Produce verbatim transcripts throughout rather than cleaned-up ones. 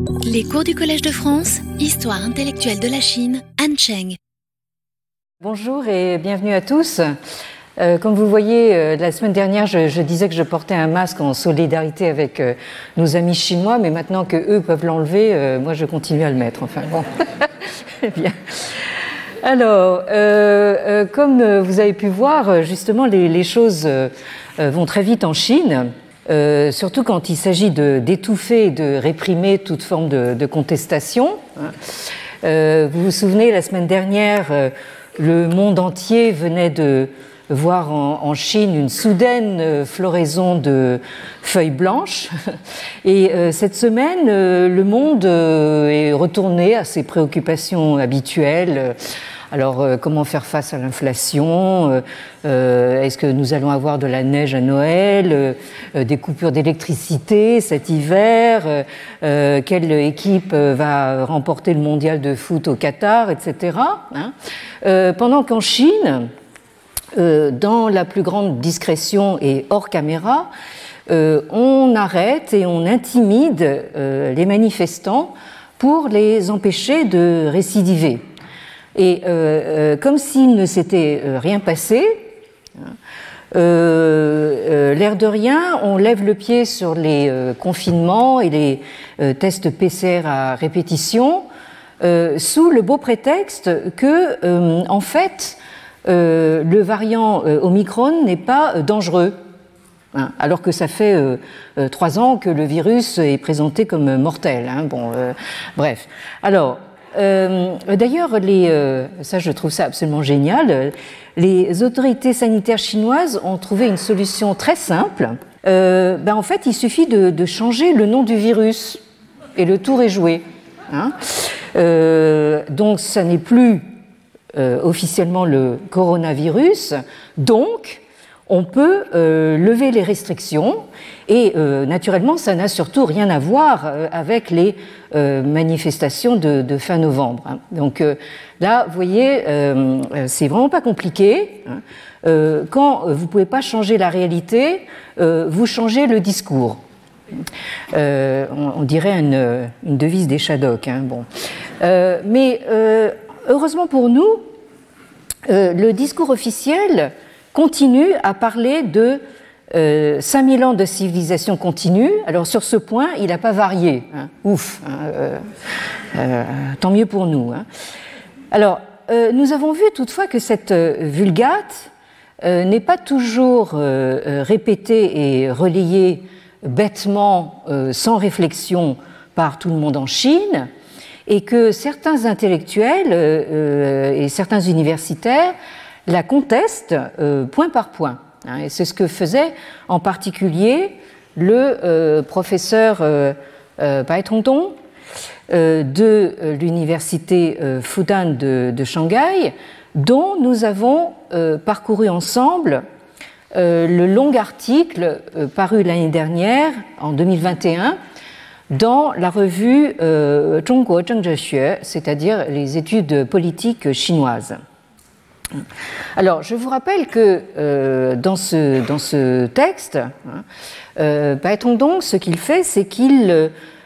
Les cours du Collège de France, Histoire intellectuelle de la Chine, Anne Cheng. Bonjour et bienvenue à tous. Euh, comme vous le voyez, euh, la semaine dernière, je, je disais que je portais un masque en solidarité avec euh, nos amis chinois, mais maintenant que eux peuvent l'enlever, euh, moi je continue à le mettre. Enfin bon, bien. Alors, euh, euh, comme vous avez pu voir, justement, les, les choses euh, vont très vite en Chine. Euh, surtout quand il s'agit de, d'étouffer et de réprimer toute forme de, de contestation. Euh, vous vous souvenez, la semaine dernière, euh, le monde entier venait de voir en, en Chine une soudaine floraison de feuilles blanches. Et euh, cette semaine, euh, le monde euh, est retourné à ses préoccupations habituelles. Alors, euh, comment faire face à l'inflation ? euh, euh, Est-ce que nous allons avoir de la neige à Noël ? euh, Des coupures d'électricité cet hiver ? euh, euh, Quelle équipe va remporter le mondial de foot au Qatar, et cetera. Hein euh, pendant qu'en Chine, euh, dans la plus grande discrétion et hors caméra, euh, on arrête et on intimide euh, les manifestants pour les empêcher de récidiver. Et euh, euh, comme s'il ne s'était euh, rien passé, euh, euh, l'air de rien, on lève le pied sur les euh, confinements et les euh, tests P C R à répétition, euh, sous le beau prétexte que, euh, en fait, euh, le variant euh, Omicron n'est pas euh, dangereux, hein, alors que ça fait euh, euh, trois ans que le virus est présenté comme mortel. Hein, bon, euh, bref. Alors. Euh, d'ailleurs, les, euh, ça je trouve ça absolument génial, les autorités sanitaires chinoises ont trouvé une solution très simple. Euh, ben en fait, il suffit de, de changer le nom du virus et le tour est joué. Hein euh, donc, ça n'est plus euh, officiellement le coronavirus, donc on peut euh, lever les restrictions et euh, naturellement ça n'a surtout rien à voir euh, avec les euh, manifestations de, de fin novembre. Hein. Donc euh, là, vous voyez, euh, c'est vraiment pas compliqué. Hein. Euh, quand vous pouvez pas changer la réalité, euh, vous changez le discours. Euh, on, on dirait une, une devise des Shadocks. Hein. Bon. Euh, mais euh, heureusement pour nous, euh, le discours officiel continue à parler de euh, cinq mille ans de civilisation continue. Alors sur ce point, il n'a pas varié. Hein. Ouf, hein, euh, euh, tant mieux pour nous. Hein. Alors, euh, nous avons vu toutefois que cette euh, vulgate euh, n'est pas toujours euh, euh, répétée et relayée bêtement, euh, sans réflexion, par tout le monde en Chine, et que certains intellectuels euh, euh, et certains universitaires la conteste euh, point par point. Hein, et c'est ce que faisait en particulier le euh, professeur euh, euh, Bai Tongdong euh, de euh, l'université euh, Fudan de, de Shanghai, dont nous avons euh, parcouru ensemble euh, le long article euh, paru l'année dernière, en deux mille vingt et un, dans la revue euh, Zhongguo Zhengzhexue, c'est-à-dire les études politiques chinoises. Alors, je vous rappelle que euh, dans, ce, dans ce texte, hein, euh, Bai Tongdong, ce qu'il fait, c'est qu'il euh,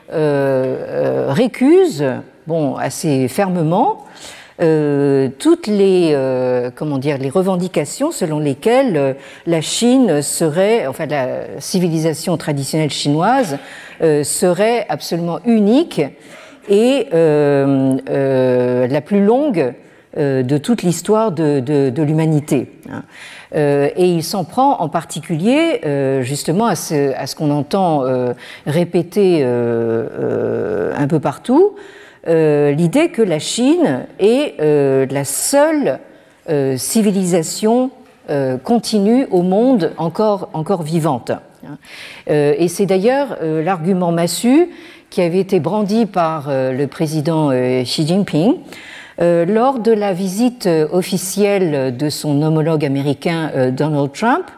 euh, récuse, bon, assez fermement, euh, toutes les, euh, comment dire, les revendications selon lesquelles euh, la Chine serait, enfin, la civilisation traditionnelle chinoise euh, serait absolument unique et euh, euh, la plus longue de toute l'histoire de, de, de l'humanité. Euh, et il s'en prend en particulier euh, justement à ce, à ce qu'on entend euh, répéter euh, euh, un peu partout, euh, l'idée que la Chine est euh, la seule euh, civilisation euh, continue au monde encore, encore vivante. Euh, et c'est d'ailleurs euh, l'argument massu qui avait été brandi par euh, le président euh, Xi Jinping Euh, lors de la visite officielle de son homologue américain euh, Donald Trump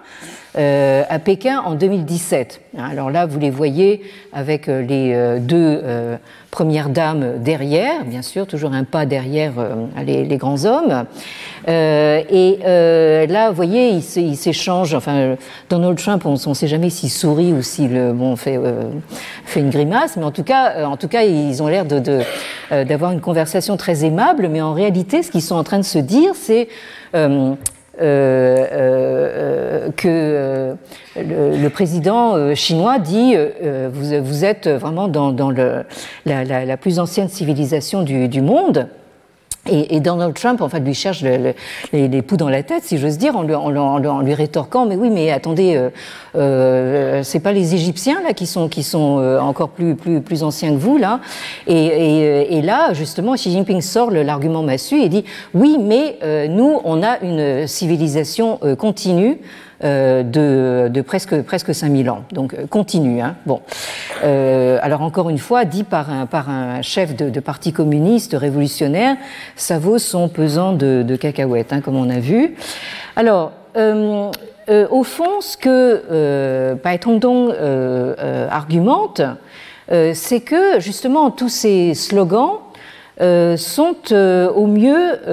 euh, à Pékin en deux mille dix-sept. Alors là, vous les voyez avec les euh, deux euh, premières dames derrière, bien sûr, toujours un pas derrière euh, les, les grands hommes. Euh, et euh, là, vous voyez, ils s'échangent. Enfin, Donald Trump, on ne sait jamais s'il sourit ou s'il bon, fait, euh, fait une grimace, mais en tout cas, euh, en tout cas ils ont l'air de, de, euh, d'avoir une conversation très aimable. Mais en réalité, ce qu'ils sont en train de se dire, c'est euh, Euh, euh, que euh, le, le président euh, chinois dit euh, vous, vous êtes vraiment dans, dans le, la, la, la plus ancienne civilisation du, du monde. Et, et Donald Trump, en fait, lui cherche le, le, les, les poux dans la tête, si j'ose dire, en lui, en, en, en lui rétorquant, mais oui, mais attendez, euh, euh, c'est pas les Égyptiens là qui sont qui sont euh, encore plus plus plus anciens que vous là. Et, et, et là, justement, Xi Jinping sort l'argument massu et dit oui, mais euh, nous, on a une civilisation euh, continue. Euh, de, de presque presque cinq mille ans, donc euh, continue. Hein. Bon, euh, alors encore une fois, dit par un par un chef de, de parti communiste révolutionnaire, ça vaut son pesant de, de cacahuètes, hein, comme on a vu. Alors, euh, euh, au fond, ce que euh, Bai Tongdong euh, euh, argumente, euh, c'est que justement tous ces slogans Euh, sont euh, au mieux euh,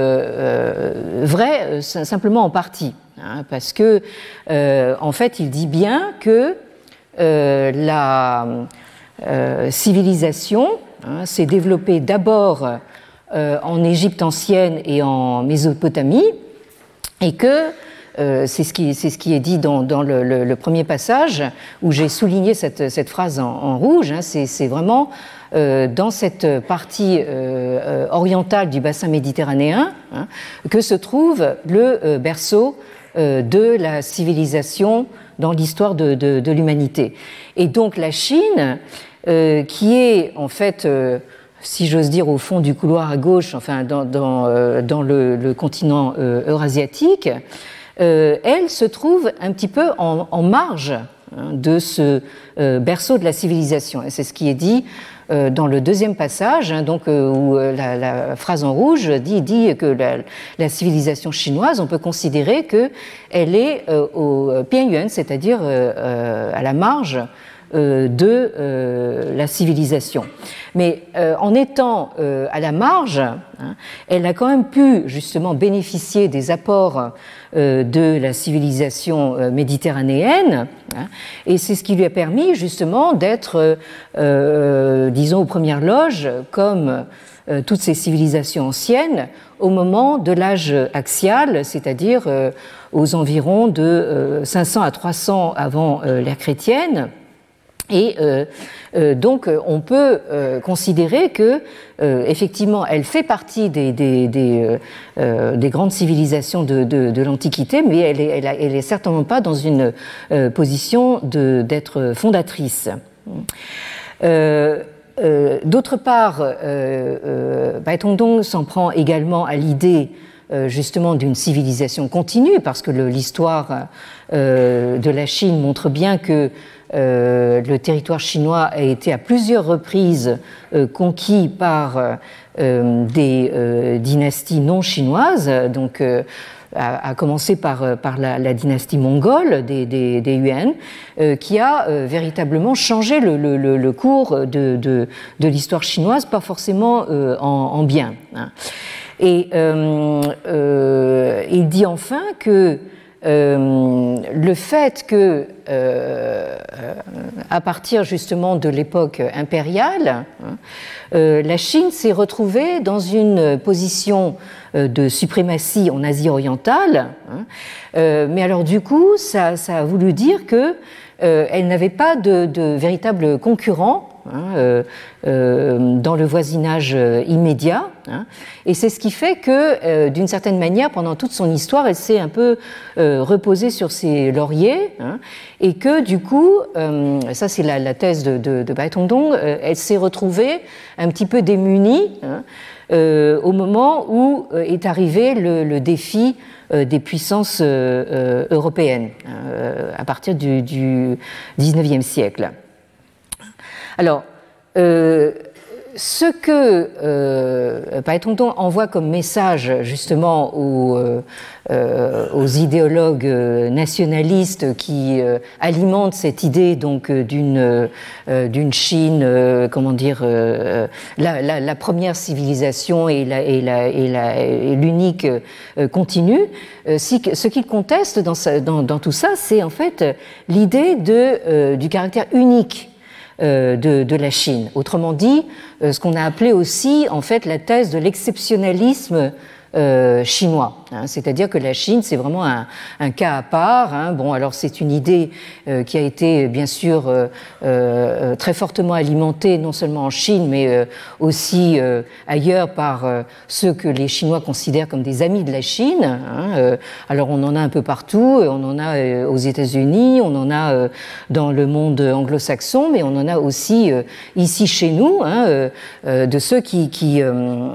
euh, vrais euh, simplement en partie, hein, parce que euh, en fait il dit bien que euh, la euh, civilisation hein, s'est développée d'abord euh, en Égypte ancienne et en Mésopotamie, et que Euh, c'est, ce qui, c'est ce qui est dit dans, dans le, le, le premier passage où j'ai souligné cette, cette phrase en, en rouge. Hein, c'est, c'est vraiment euh, dans cette partie euh, orientale du bassin méditerranéen hein, que se trouve le euh, berceau euh, de la civilisation dans l'histoire de, de, de l'humanité. Et donc la Chine, euh, qui est en fait... Euh, si j'ose dire, au fond du couloir à gauche, enfin dans, dans, euh, dans le, le continent euh, eurasiatique, euh, elle se trouve un petit peu en, en marge hein, de ce euh, berceau de la civilisation. Et c'est ce qui est dit euh, dans le deuxième passage, hein, donc, euh, où euh, la, la phrase en rouge dit, dit que la, la civilisation chinoise, on peut considérer qu'elle est euh, au Bianyuan, c'est-à-dire euh, euh, à la marge Euh, de euh, la civilisation. Mais euh, en étant euh, à la marge, hein, elle a quand même pu justement bénéficier des apports euh, de la civilisation euh, méditerranéenne, hein, et c'est ce qui lui a permis justement d'être, euh, euh, disons, aux premières loges, comme euh, toutes ces civilisations anciennes, au moment de l'âge axial, c'est-à-dire euh, aux environs de euh, cinq cents à trois cents avant euh, l'ère chrétienne. Et euh, euh, donc on peut euh, considérer que euh, effectivement elle fait partie des, des, des, euh, des grandes civilisations de, de, de l'Antiquité, mais elle est, elle, a, elle est certainement pas dans une euh, position de, d'être fondatrice. Euh, euh, d'autre part, euh, euh, Bai Tongdong s'en prend également à l'idée euh, justement d'une civilisation continue, parce que le, l'histoire euh, de la Chine montre bien que Euh, le territoire chinois a été à plusieurs reprises euh, conquis par euh, des euh, dynasties non chinoises, donc euh, à, à commencer par, par la, la dynastie mongole des, des, des Yuan, euh, qui a euh, véritablement changé le, le, le cours de, de, de l'histoire chinoise, pas forcément euh, en, en bien. Hein. Et euh, euh, il dit enfin que Euh, le fait que, euh, à partir justement de l'époque impériale, hein, euh, la Chine s'est retrouvée dans une position euh, de suprématie en Asie orientale, hein, euh, mais alors du coup, ça, ça a voulu dire que euh, elle n'avait pas de, de véritable concurrent hein, euh, euh, dans le voisinage immédiat, hein, et c'est ce qui fait que, euh, d'une certaine manière, pendant toute son histoire, elle s'est un peu euh, reposée sur ses lauriers, hein, et que du coup, euh, ça c'est la, la thèse de, de, de Bai Tongdong, euh, elle s'est retrouvée un petit peu démunie hein, euh, au moment où euh, est arrivé le, le défi euh, des puissances euh, européennes euh, à partir du, du dix-neuvième siècle. Alors, euh, ce que euh, Bai Tongdong envoie comme message justement aux, euh, aux idéologues nationalistes qui euh, alimentent cette idée donc d'une euh, d'une Chine, euh, comment dire, euh, la, la, la première civilisation et la et la et la et l'unique euh, continue, euh, si, ce qu'ils contestent dans, sa, dans dans tout ça, c'est en fait l'idée de euh, du caractère unique De, de la Chine. Autrement dit, ce qu'on a appelé aussi en fait la thèse de l'exceptionnalisme euh, chinois. Hein, c'est-à-dire que la Chine, c'est vraiment un, un cas à part. Hein. Bon, alors c'est une idée euh, qui a été bien sûr euh, euh, très fortement alimentée, non seulement en Chine, mais euh, aussi euh, ailleurs par euh, ceux que les Chinois considèrent comme des amis de la Chine. Hein. Euh, alors on en a un peu partout, on en a euh, aux États-Unis, on en a euh, dans le monde anglo-saxon, mais on en a aussi euh, ici chez nous, hein, euh, euh, de ceux qui, qui euh,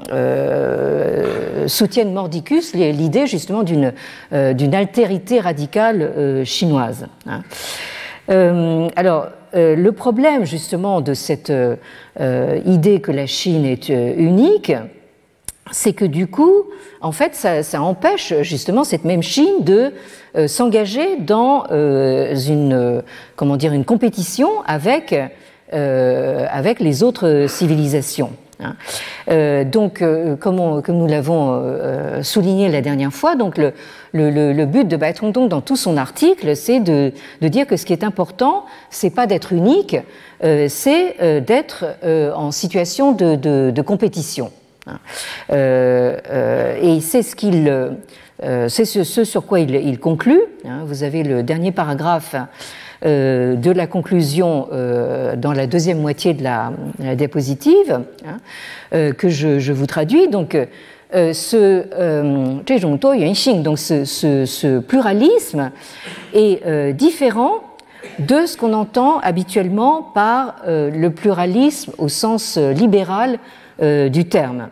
euh, soutiennent mordicus les l'idée justement d'une euh, d'une altérité radicale euh, chinoise. Hein. Euh, alors, euh, le problème justement de cette euh, idée que la Chine est euh, unique, c'est que du coup, en fait, ça, ça empêche justement cette même Chine de euh, s'engager dans euh, une, euh, comment dire, une compétition avec euh, avec les autres civilisations. Euh, donc, euh, comme, on, comme nous l'avons euh, souligné la dernière fois, donc le, le, le but de Bai Tongdong dans tout son article, c'est de, de dire que ce qui est important, c'est pas d'être unique, euh, c'est euh, d'être euh, en situation de, de, de compétition. Euh, euh, et c'est ce qu'il, euh, c'est ce, ce sur quoi il, il conclut. Hein, vous avez le dernier paragraphe Euh, de la conclusion euh, dans la deuxième moitié de la, la diapositive, hein, euh, que je, je vous traduis. Donc, euh, ce, euh, donc ce, ce, ce pluralisme est euh, différent de ce qu'on entend habituellement par euh, le pluralisme au sens libéral euh, du terme.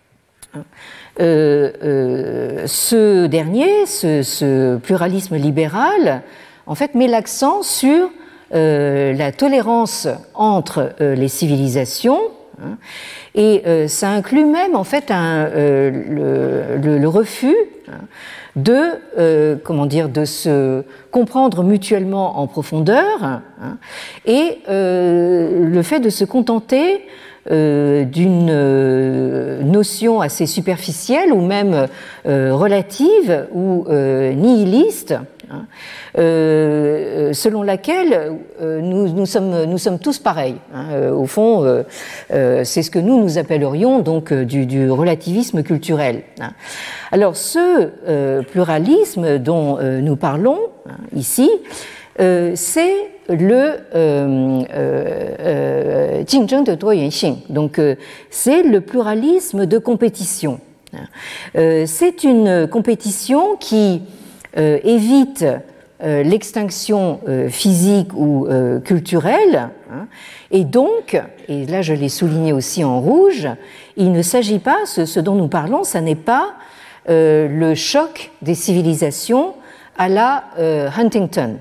Euh, euh, ce dernier, ce, ce pluralisme libéral, en fait, met l'accent sur euh, la tolérance entre euh, les civilisations, hein, et euh, ça inclut même en fait un, euh, le, le, le refus hein, de euh, comment dire de se comprendre mutuellement en profondeur, hein, et euh, le fait de se contenter Euh, d'une euh, notion assez superficielle ou même euh, relative ou euh, nihiliste, hein, euh, selon laquelle euh, nous, nous, sommes, nous sommes tous pareils. Hein, euh, au fond, euh, euh, c'est ce que nous nous appellerions donc du, du relativisme culturel. Hein. Alors, ce euh, pluralisme dont euh, nous parlons hein, ici, euh, c'est le Jingzheng de Duoyuanxing. Donc, euh, c'est le pluralisme de compétition. Euh, c'est une compétition qui euh, évite euh, l'extinction euh, physique ou euh, culturelle, hein, et donc, et là je l'ai souligné aussi en rouge, il ne s'agit pas, ce, ce dont nous parlons, ça n'est pas euh, le choc des civilisations à la euh, Huntington.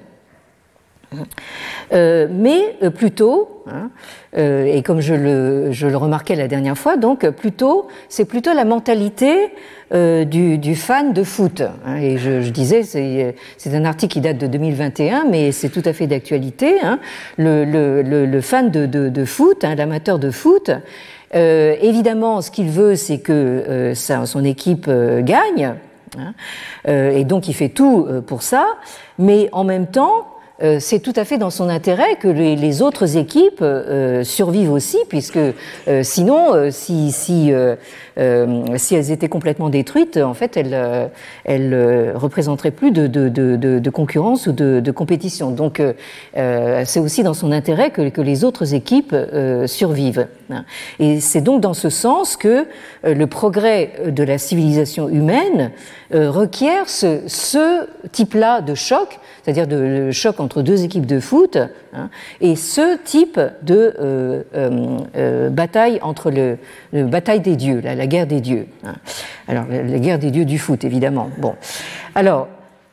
Euh, mais euh, plutôt, hein, euh, et comme je le, je le remarquais la dernière fois, donc plutôt, c'est plutôt la mentalité euh, du, du fan de foot. Hein, et je, je disais, c'est, c'est un article qui date de deux mille vingt et un, mais c'est tout à fait d'actualité. Hein, le, le, le, le fan de, de, de foot, hein, l'amateur de foot. Euh, évidemment, ce qu'il veut, c'est que euh, sa, son équipe euh, gagne, hein, euh, et donc il fait tout euh, pour ça. Mais en même temps, Euh, c'est tout à fait dans son intérêt que les, les autres équipes euh, survivent aussi, puisque euh, sinon, euh, si, si, euh, euh, si elles étaient complètement détruites, en fait, elles, euh, elles euh, représenteraient plus de, de, de, de concurrence ou de, de compétition. Donc, euh, c'est aussi dans son intérêt que, que les autres équipes euh, survivent. Et c'est donc dans ce sens que euh, le progrès de la civilisation humaine euh, requiert ce, ce type-là de choc, c'est-à-dire de, le choc entre deux équipes de foot, hein, et ce type de euh, euh, euh, bataille entre le, le bataille des dieux, la, la guerre des dieux. Hein. Alors la, la guerre des dieux du foot, évidemment. Bon, alors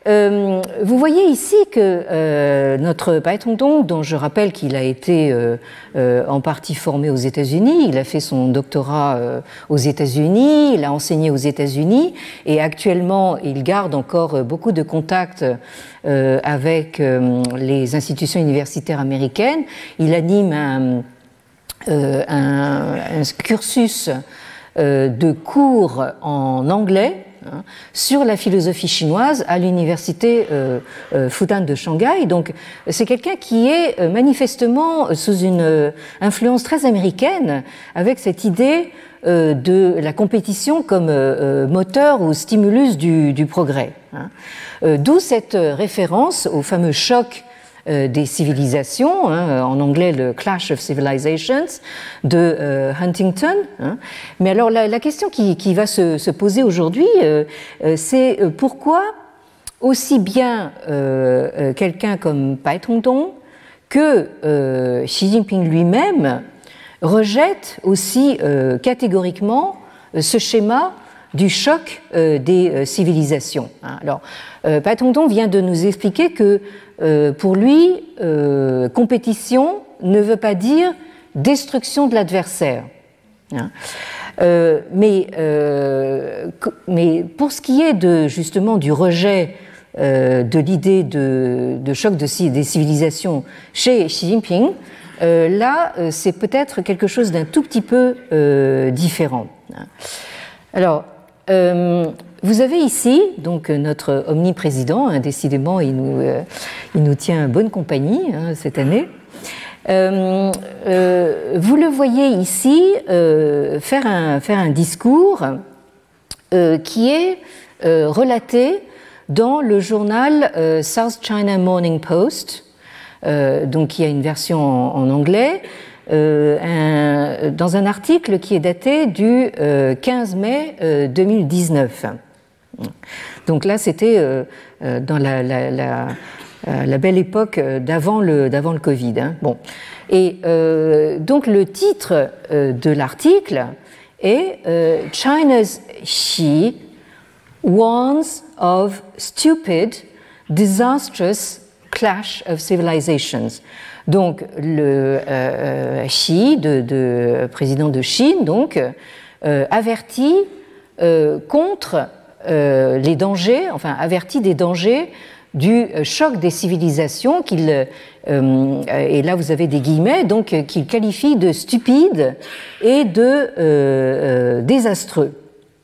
Euh, vous voyez ici que euh, notre Pai Tongtong, dont je rappelle qu'il a été euh, euh, en partie formé aux États-Unis, il a fait son doctorat euh, aux États-Unis, il a enseigné aux États-Unis et actuellement il garde encore beaucoup de contacts euh, avec euh, les institutions universitaires américaines. Il anime un, euh, un, un cursus euh, de cours en anglais sur la philosophie chinoise à l'université euh, euh, Fudan de Shanghai. Donc, c'est quelqu'un qui est euh, manifestement sous une euh, influence très américaine, avec cette idée euh, de la compétition comme euh, moteur ou stimulus du, du progrès. Hein. Euh, d'où cette référence au fameux choc Euh, des civilisations, hein, en anglais le Clash of Civilizations de euh, Huntington. Hein. Mais alors la, la question qui, qui va se, se poser aujourd'hui, euh, euh, c'est pourquoi aussi bien euh, euh, quelqu'un comme Pai Tongtong que euh, Xi Jinping lui-même rejette aussi euh, catégoriquement euh, ce schéma du choc euh, des euh, civilisations. Hein. Alors, euh, Pai Tongtong vient de nous expliquer que euh, pour lui, euh, compétition ne veut pas dire destruction de l'adversaire. Hein. Euh, mais, euh, mais pour ce qui est de, justement du rejet euh, de l'idée de, de choc de, des civilisations chez Xi Jinping, euh, là, euh, c'est peut-être quelque chose d'un tout petit peu euh, différent. Hein. Alors, Euh, vous avez ici donc notre omniprésident, hein, décidément il nous, euh, il nous tient bonne compagnie hein, cette année. Euh, euh, vous le voyez ici euh, faire, un, faire un discours euh, qui est euh, relaté dans le journal euh, South China Morning Post, euh, donc qui a une version en, en anglais. Euh, un, dans un article qui est daté du euh, quinze mai euh, deux mille dix-neuf. Donc là, c'était euh, dans la, la, la, la belle époque d'avant le, d'avant le Covid. Hein. Bon. Et euh, donc le titre euh, de l'article est euh, China's Xi warns of stupid, disastrous clash of civilizations. Donc, le euh, Xi, de, de, président de Chine, donc, euh, avertit euh, contre euh, les dangers, enfin, avertit des dangers du choc des civilisations qu'il, euh, et là vous avez des guillemets, donc, qu'il qualifie de stupide et de euh, euh, désastreux.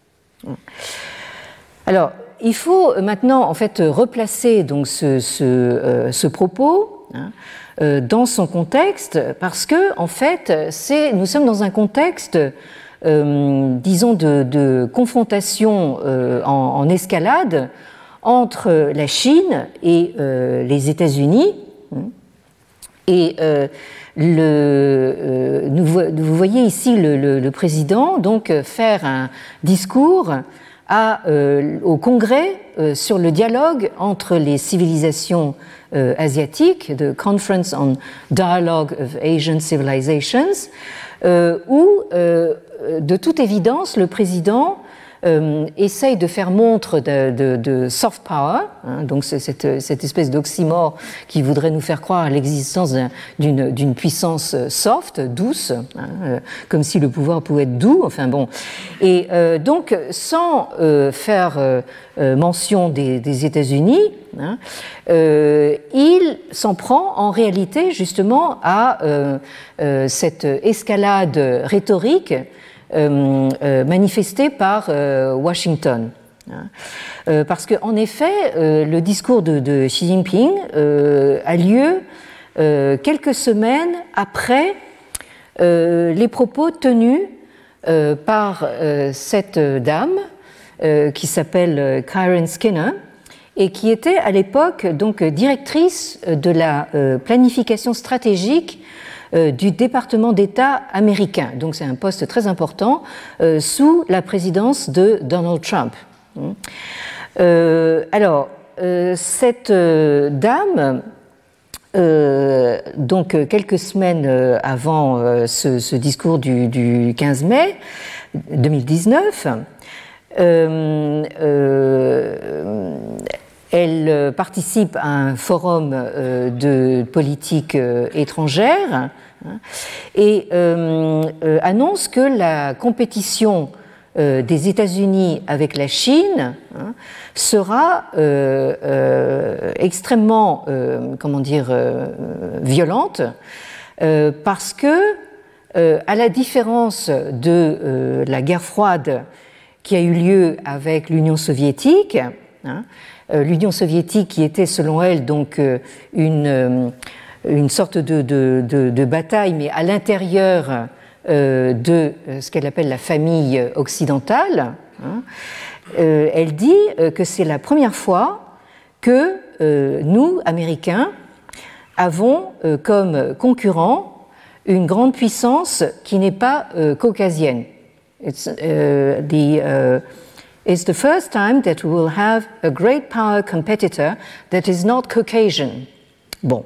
Alors, il faut maintenant, en fait, replacer donc ce, ce, euh, ce propos, hein, dans son contexte, parce que en fait, c'est, nous sommes dans un contexte, euh, disons, de, de confrontation euh, en, en escalade entre la Chine et euh, les États-Unis. Et euh, le, euh, nous, vous voyez ici le, le, le président donc faire un discours à, euh, au Congrès euh, sur le dialogue entre les civilisations euh, asiatiques, the Conference on Dialogue of Asian Civilizations, euh, où, euh, de toute évidence, le président euh, essaye de faire montre de, de, de soft power, hein, donc c'est cette, cette espèce d'oxymore qui voudrait nous faire croire à l'existence d'une, d'une puissance soft, douce, hein, euh, comme si le pouvoir pouvait être doux, enfin bon. Et euh, donc, sans euh, faire euh, mention des, des États-Unis, hein, euh, il s'en prend en réalité justement à euh, euh, cette escalade rhétorique Euh, euh, manifesté par euh, Washington. Euh, parce qu'en effet, euh, le discours de, de Xi Jinping euh, a lieu euh, quelques semaines après euh, les propos tenus euh, par euh, cette dame euh, qui s'appelle Karen Skinner et qui était à l'époque donc directrice de la euh, planification stratégique du département d'État américain. Donc c'est un poste très important euh, sous la présidence de Donald Trump. Euh, alors, euh, cette euh, dame, euh, donc quelques semaines avant euh, ce, ce discours du, du quinze mai deux mille dix-neuf, euh, euh, elle euh, participe à un forum euh, de politique euh, étrangère hein, et euh, euh, annonce que la compétition euh, des États-Unis avec la Chine hein, sera euh, euh, extrêmement, euh, comment dire, euh, violente euh, parce que, euh, à la différence de euh, la guerre froide qui a eu lieu avec l'Union soviétique, hein, l'Union soviétique qui était selon elle donc une, une sorte de, de, de, de bataille mais à l'intérieur de ce qu'elle appelle la famille occidentale, hein, elle dit que c'est la première fois que nous, Américains, avons comme concurrent une grande puissance qui n'est pas caucasienne. It's, uh, the, uh, It's the first time that we will have a great power competitor that is not Caucasian. Bon.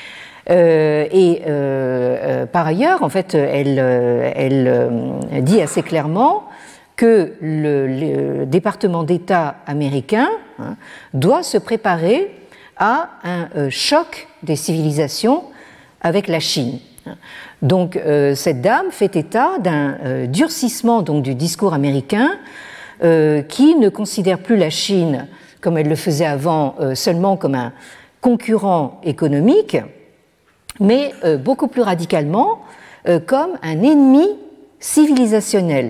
Euh, et euh, euh, par ailleurs, en fait, elle, elle euh, dit assez clairement que le, le département d'État américain hein, doit se préparer à un euh, choc des civilisations avec la Chine. Donc, euh, cette dame fait état d'un euh, durcissement donc, du discours américain Euh, qui ne considère plus la Chine, comme elle le faisait avant, euh, seulement comme un concurrent économique, mais euh, beaucoup plus radicalement euh, comme un ennemi civilisationnel.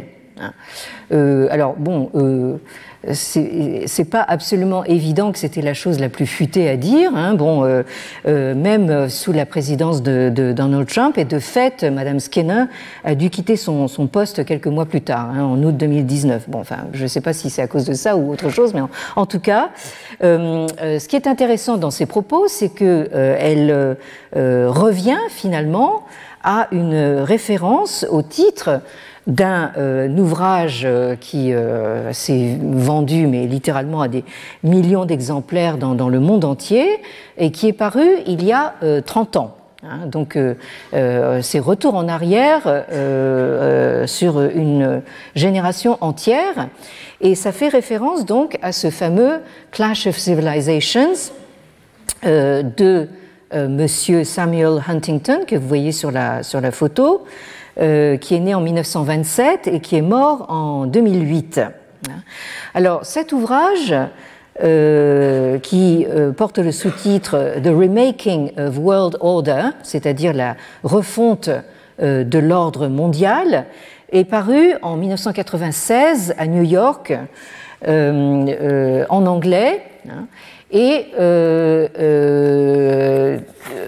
Euh, alors, bon, euh, c'est pas absolument évident que c'était la chose la plus futée à dire. Hein. Bon, euh, euh, même sous la présidence de, de Donald Trump, et de fait, Madame Skinner a dû quitter son, son poste quelques mois plus tard, hein, en août deux mille dix-neuf. Bon, enfin, je ne sais pas si c'est à cause de ça ou autre chose, mais en, en tout cas, euh, euh, ce qui est intéressant dans ses propos, c'est que euh, elle euh, revient finalement à une référence au titre d'un euh, ouvrage euh, qui euh, s'est vendu, mais littéralement à des millions d'exemplaires dans, dans le monde entier, et qui est paru il y a euh, trente ans. Hein, donc, euh, euh, c'est retour en arrière euh, euh, sur une génération entière, et ça fait référence donc à ce fameux Clash of Civilizations euh, de euh, Monsieur Samuel Huntington, que vous voyez sur la, sur la photo, Euh, qui est né en mille neuf cent vingt-sept et qui est mort en deux mille huit. Alors, cet ouvrage, euh, qui euh, porte le sous-titre The Remaking of World Order, c'est-à-dire la refonte euh, de l'ordre mondial, est paru en mille neuf cent quatre-vingt-seize à New York, euh, euh, en anglais, hein, et euh, euh,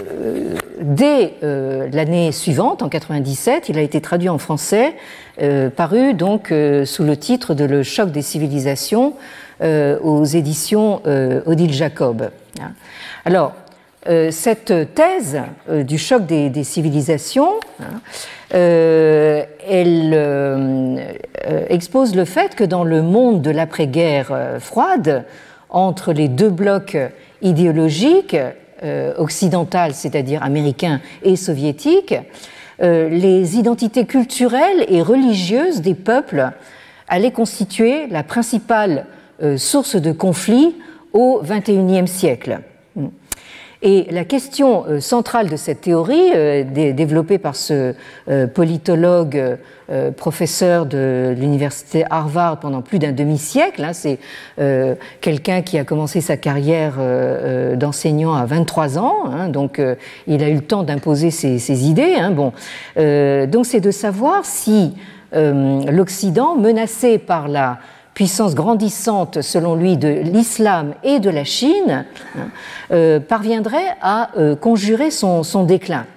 dès euh, l'année suivante, en quatre-vingt-dix-sept, il a été traduit en français, euh, paru donc euh, sous le titre de Le choc des civilisations euh, aux éditions euh, Odile Jacob. Alors, euh, cette thèse euh, du choc des, des civilisations, hein, euh, elle euh, expose le fait que dans le monde de l'après-guerre euh, froide, entre les deux blocs idéologiques, euh, occidentales, c'est-à-dire américains et soviétiques, euh, les identités culturelles et religieuses des peuples allaient constituer la principale euh, source de conflit au vingt et unième siècle. Et la question euh, centrale de cette théorie, euh, dé- développée par ce euh, politologue euh, professeur de l'université Harvard pendant plus d'un demi-siècle, hein, c'est euh, quelqu'un qui a commencé sa carrière euh, euh, d'enseignant à vingt-trois ans, hein, donc euh, il a eu le temps d'imposer ses, ses idées. Hein, bon. euh, donc c'est de savoir si euh, l'Occident, menacé par la puissance grandissante, selon lui, de l'islam et de la Chine, euh, parviendrait à euh, conjurer son, son déclin.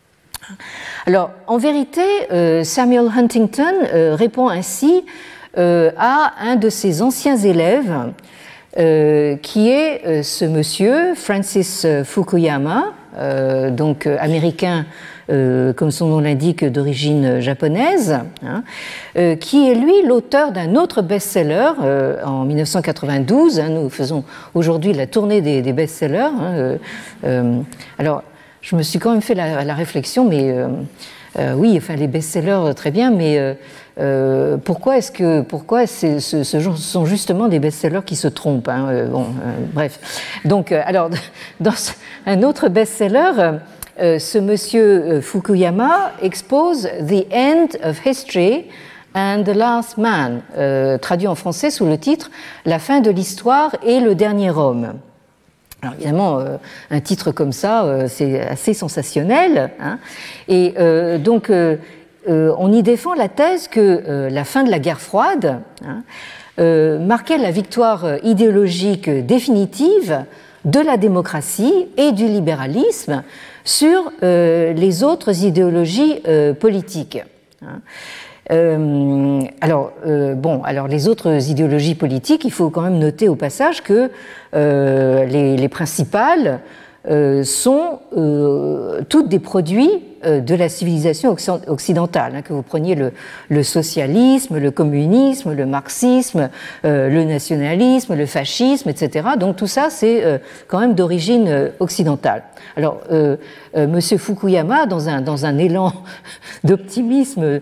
Alors, en vérité, euh, Samuel Huntington euh, répond ainsi euh, à un de ses anciens élèves, euh, qui est euh, ce monsieur, Francis Fukuyama, euh, donc euh, américain, Euh, comme son nom l'indique, d'origine japonaise, hein, euh, qui est lui l'auteur d'un autre best-seller euh, en mille neuf cent quatre-vingt-douze. Hein, nous faisons aujourd'hui la tournée des, des best-sellers. Hein, euh, euh, alors, je me suis quand même fait la, la réflexion, mais euh, euh, oui, enfin les best-sellers, très bien, mais euh, euh, pourquoi est-ce que pourquoi c'est, ce, ce sont justement des best-sellers qui se trompent, hein, euh, bon, euh, bref. Donc, euh, alors, dans un autre best-seller, euh, ce monsieur Fukuyama expose The End of History and the Last Man, euh, traduit en français sous le titre La fin de l'histoire et le dernier homme. Alors évidemment, euh, un titre comme ça, euh, c'est assez sensationnel, hein, et euh, donc euh, euh, on y défend la thèse que euh, la fin de la guerre froide, hein, euh, marquait la victoire idéologique définitive de la démocratie et du libéralisme sur euh, les autres idéologies euh, politiques. Hein. Euh, alors, euh, bon, alors les autres idéologies politiques, il faut quand même noter au passage que euh, les, les principales euh, sont euh, toutes des produits euh, de la civilisation occidentale, hein, que vous preniez le, le socialisme, le communisme, le marxisme, euh, le nationalisme, le fascisme, et cetera. Donc tout ça, c'est euh, quand même d'origine euh, occidentale. Alors, euh, euh, Monsieur Fukuyama, dans un, dans un élan d'optimisme euh,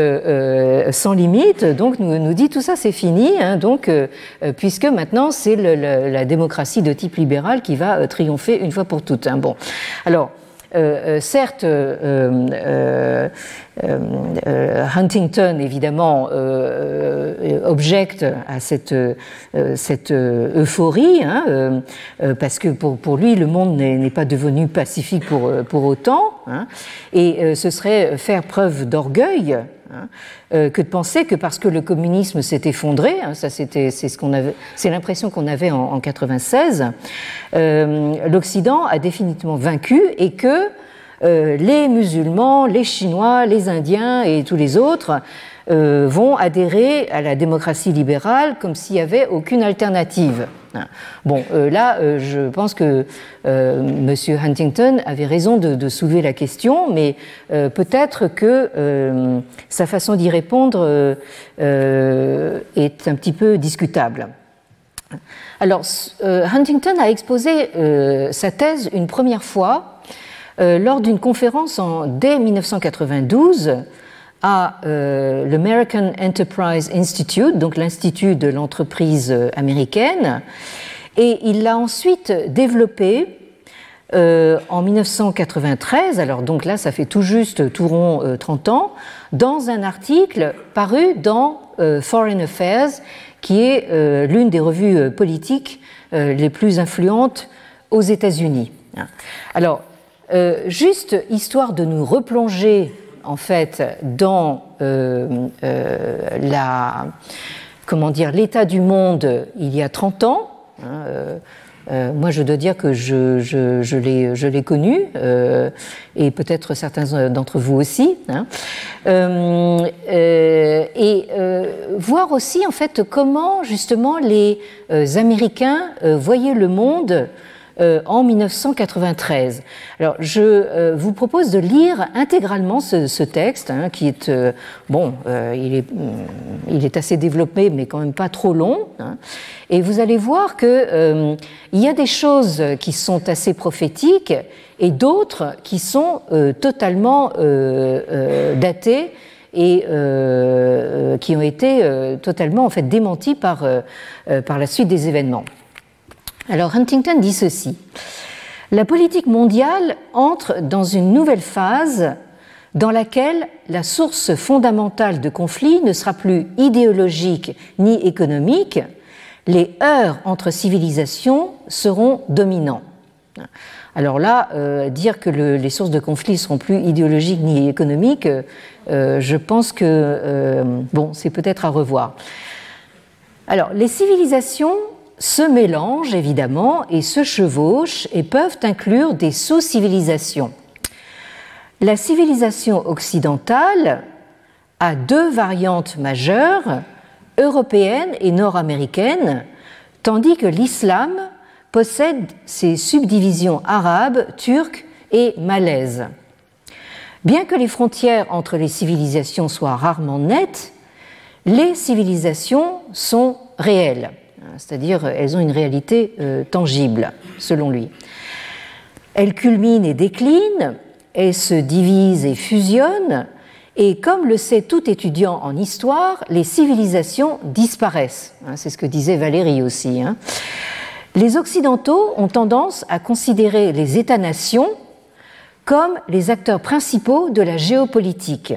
euh, sans limite, donc nous, nous dit tout ça, c'est fini, hein, donc, euh, puisque maintenant c'est le, le, la démocratie de type libéral qui va euh, triompher une fois pour toutes. Hein. Bon, alors. Euh, euh, certes, euh, euh, euh, Huntington, évidemment, euh, euh, objecte à cette, euh, cette euphorie, hein, euh, euh, parce que pour, pour lui, le monde n'est, n'est pas devenu pacifique pour, pour autant, hein, et euh, ce serait faire preuve d'orgueil, hein, euh, que de penser que parce que le communisme s'est effondré, hein, ça c'était, c'est, ce qu'on avait, c'est l'impression qu'on avait en, en quatre-vingt-seize, euh, l'Occident a définitivement vaincu et que euh, les musulmans, les Chinois, les Indiens et tous les autres euh, vont adhérer à la démocratie libérale comme s'il n'y avait aucune alternative. Bon, euh, là, euh, je pense que euh, Monsieur Huntington avait raison de, de soulever la question, mais euh, peut-être que euh, sa façon d'y répondre euh, euh, est un petit peu discutable. Alors, euh, Huntington a exposé euh, sa thèse une première fois euh, lors d'une conférence en, dès dix-neuf cent quatre-vingt-douze à euh, l'American Enterprise Institute, donc l'Institut de l'entreprise américaine, et il l'a ensuite développé euh, en dix-neuf cent quatre-vingt-treize, alors donc là ça fait tout juste tout rond euh, trente ans, dans un article paru dans euh, Foreign Affairs, qui est euh, l'une des revues euh, politiques euh, les plus influentes aux États-Unis. Alors, euh, juste histoire de nous replonger en fait dans euh, euh, la, comment dire, l'état du monde il y a trente ans. Hein, euh, euh, moi, je dois dire que je, je, je, l'ai, je l'ai connu, euh, et peut-être certains d'entre vous aussi. Hein, euh, euh, et euh, voir aussi en fait comment justement les euh, Américains euh, voyaient le monde Euh, en dix-neuf cent quatre-vingt-treize. Alors, je euh, vous propose de lire intégralement ce, ce texte, hein, qui est, euh, bon, euh, il est, il est assez développé, mais quand même pas trop long, hein, et vous allez voir que euh, il y a des choses qui sont assez prophétiques et d'autres qui sont euh, totalement euh, euh, datées et euh, qui ont été euh, totalement en fait démenties par, euh, par la suite des événements. Alors Huntington dit ceci: la politique mondiale entre dans une nouvelle phase dans laquelle la source fondamentale de conflit ne sera plus idéologique ni économique, les heurts entre civilisations seront dominants. Alors là, euh, dire que le, les sources de conflit seront plus idéologiques ni économiques, euh, je pense que euh, bon, c'est peut-être à revoir. Alors, les civilisations se mélangent évidemment et se chevauchent et peuvent inclure des sous-civilisations. La civilisation occidentale a deux variantes majeures, européenne et nord-américaine, tandis que l'islam possède ses subdivisions arabes, turques et malaises. Bien que les frontières entre les civilisations soient rarement nettes, les civilisations sont réelles. C'est-à-dire elles ont une réalité euh, tangible, selon lui. Elles culminent et déclinent elles se divisent et fusionnent, et comme le sait tout étudiant en histoire, les civilisations disparaissent. C'est ce que disait Valérie aussi. Les Occidentaux ont tendance à considérer les États-nations comme les acteurs principaux de la géopolitique.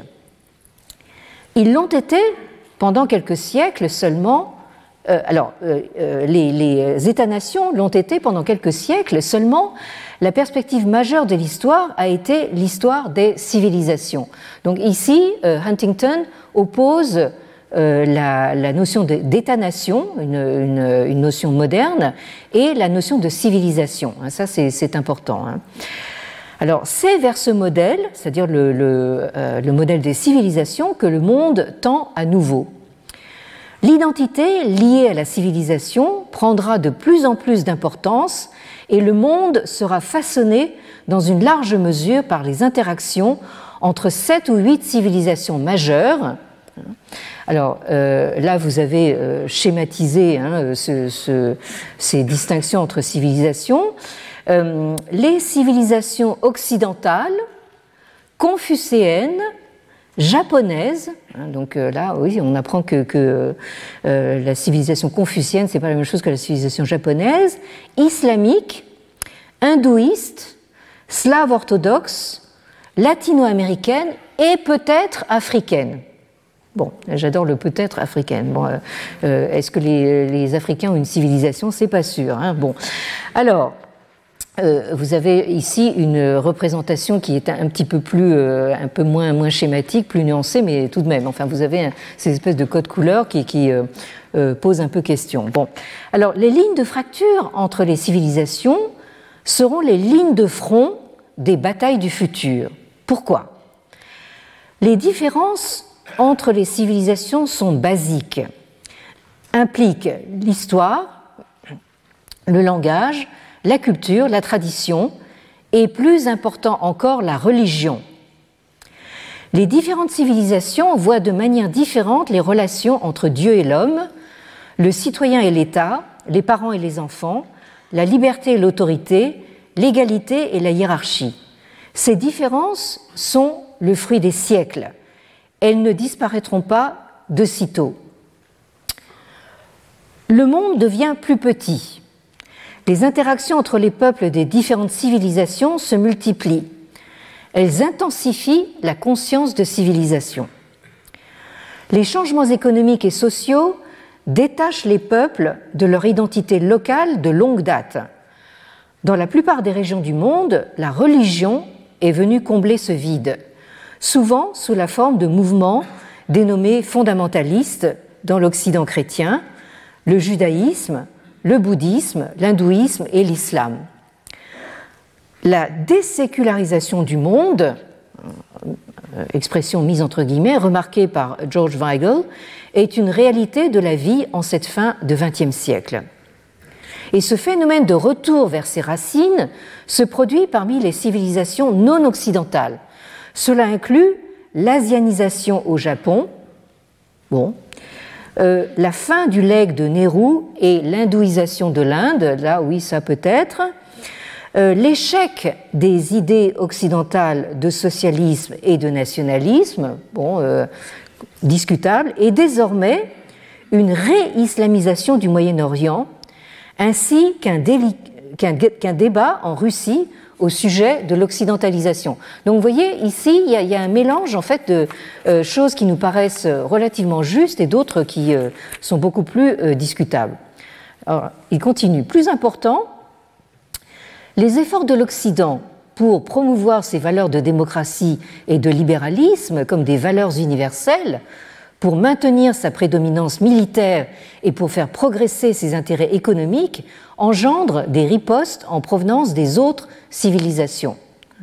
Ils l'ont été pendant quelques siècles seulement. Euh, alors, euh, les, les États-nations l'ont été pendant quelques siècles seulement. La perspective majeure de l'histoire a été l'histoire des civilisations. Donc ici, euh, Huntington oppose euh, la, la notion d'État-nation, une, une, une notion moderne, et la notion de civilisation. Ça, c'est, c'est important. Hein. Alors, c'est vers ce modèle, c'est-à-dire le, le, euh, le modèle des civilisations, que le monde tend à nouveau. L'identité liée à la civilisation prendra de plus en plus d'importance et le monde sera façonné dans une large mesure par les interactions entre sept ou huit civilisations majeures. Alors euh, là, vous avez euh, schématisé hein, ce, ce, ces distinctions entre civilisations. Euh, les civilisations occidentales, confucéennes, japonaise, hein, donc euh, là, oui, on apprend que, que euh, la civilisation confucienne, c'est pas la même chose que la civilisation japonaise, islamique, hindouiste, slave orthodoxe, latino-américaine et peut-être africaine. Bon, j'adore le peut-être africaine. Bon, euh, euh, est-ce que les, les Africains ont une civilisation? C'est pas sûr. Hein. Bon, alors. Euh, vous avez ici une représentation qui est un petit peu plus, euh, un peu moins, moins schématique, plus nuancée, mais tout de même. Enfin, vous avez un, ces espèces de codes couleurs qui, qui euh, euh, posent un peu question. Bon, alors les lignes de fracture entre les civilisations seront les lignes de front des batailles du futur. Pourquoi? Les différences entre les civilisations sont basiques, impliquent l'histoire, le langage, la culture, la tradition et, plus important encore, la religion. Les différentes civilisations voient de manière différente les relations entre Dieu et l'homme, le citoyen et l'État, les parents et les enfants, la liberté et l'autorité, l'égalité et la hiérarchie. Ces différences sont le fruit des siècles. Elles ne disparaîtront pas de sitôt. Le monde devient plus petit. Les interactions entre les peuples des différentes civilisations se multiplient. Elles intensifient la conscience de civilisation. Les changements économiques et sociaux détachent les peuples de leur identité locale de longue date. Dans la plupart des régions du monde, la religion est venue combler ce vide, souvent sous la forme de mouvements dénommés fondamentalistes dans l'Occident chrétien, le judaïsme, le bouddhisme, l'hindouisme et l'islam. La désécularisation du monde, expression mise entre guillemets, remarquée par George Weigel, est une réalité de la vie en cette fin de vingtième siècle. Et ce phénomène de retour vers ses racines se produit parmi les civilisations non occidentales. Cela inclut l'asianisation au Japon, bon, Euh, la fin du legs de Nehru et l'hindouisation de l'Inde, là oui ça peut être, euh, l'échec des idées occidentales de socialisme et de nationalisme, bon, euh, discutable, et désormais une réislamisation du Moyen-Orient, ainsi qu'un, déli- qu'un, qu'un débat en Russie au sujet de l'occidentalisation. Donc vous voyez, ici, il y a, il y a un mélange en fait de euh, choses qui nous paraissent relativement justes et d'autres qui euh, sont beaucoup plus euh, discutables. Alors, il continue. Plus important, les efforts de l'Occident pour promouvoir ses valeurs de démocratie et de libéralisme comme des valeurs universelles, pour maintenir sa prédominance militaire et pour faire progresser ses intérêts économiques, engendre des ripostes en provenance des autres civilisations.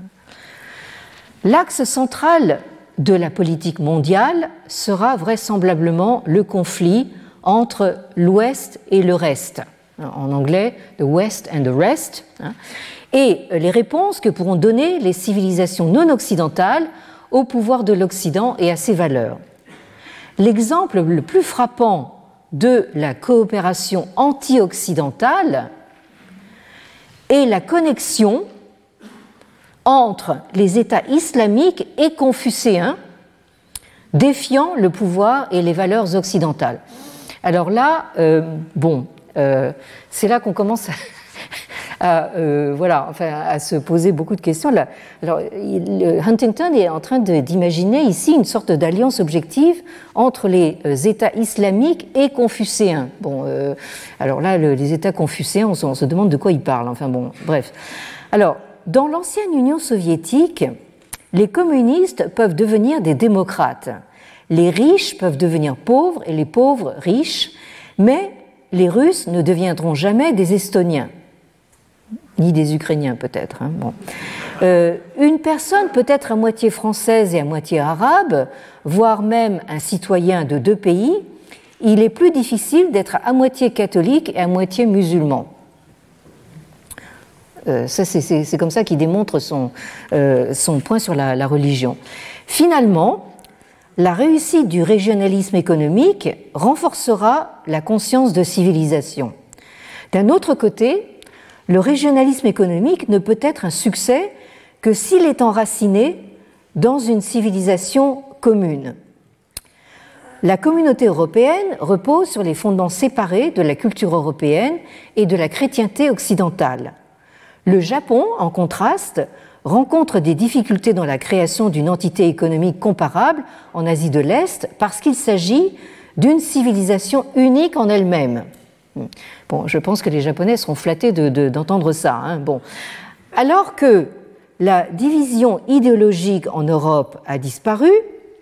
L'axe central de la politique mondiale sera vraisemblablement le conflit entre l'Ouest et le reste, en anglais « the West and the rest », et les réponses que pourront donner les civilisations non occidentales au pouvoir de l'Occident et à ses valeurs. L'exemple le plus frappant de la coopération anti-occidentale est la connexion entre les États islamiques et confucéens, défiant le pouvoir et les valeurs occidentales. Alors là, euh, bon, euh, c'est là qu'on commence à, à, euh, voilà, enfin, à se poser beaucoup de questions. Là, alors, il, Huntington est en train de, d'imaginer ici une sorte d'alliance objective entre les euh, États islamiques et confucéens. Bon, euh, alors là, le, les États confucéens, on se, on se demande de quoi ils parlent. Enfin bon, bref. Alors, dans l'ancienne Union soviétique, les communistes peuvent devenir des démocrates. Les riches peuvent devenir pauvres et les pauvres riches, mais les Russes ne deviendront jamais des Estoniens, ni des Ukrainiens peut-être. Hein, bon. euh, une personne peut être à moitié française et à moitié arabe, voire même un citoyen de deux pays. Il est plus difficile d'être à moitié catholique et à moitié musulman. Euh, ça, c'est, c'est, c'est comme ça qu'il démontre son, euh, son point sur la, la religion. Finalement, la réussite du régionalisme économique renforcera la conscience de civilisation. D'un autre côté, le régionalisme économique ne peut être un succès que s'il est enraciné dans une civilisation commune. La communauté européenne repose sur les fondements séparés de la culture européenne et de la chrétienté occidentale. Le Japon, en contraste, rencontre des difficultés dans la création d'une entité économique comparable en Asie de l'Est parce qu'il s'agit d'une civilisation unique en elle-même. Bon, je pense que les Japonais seront flattés de, de, d'entendre ça. Hein. Bon. Alors que la division idéologique en Europe a disparu,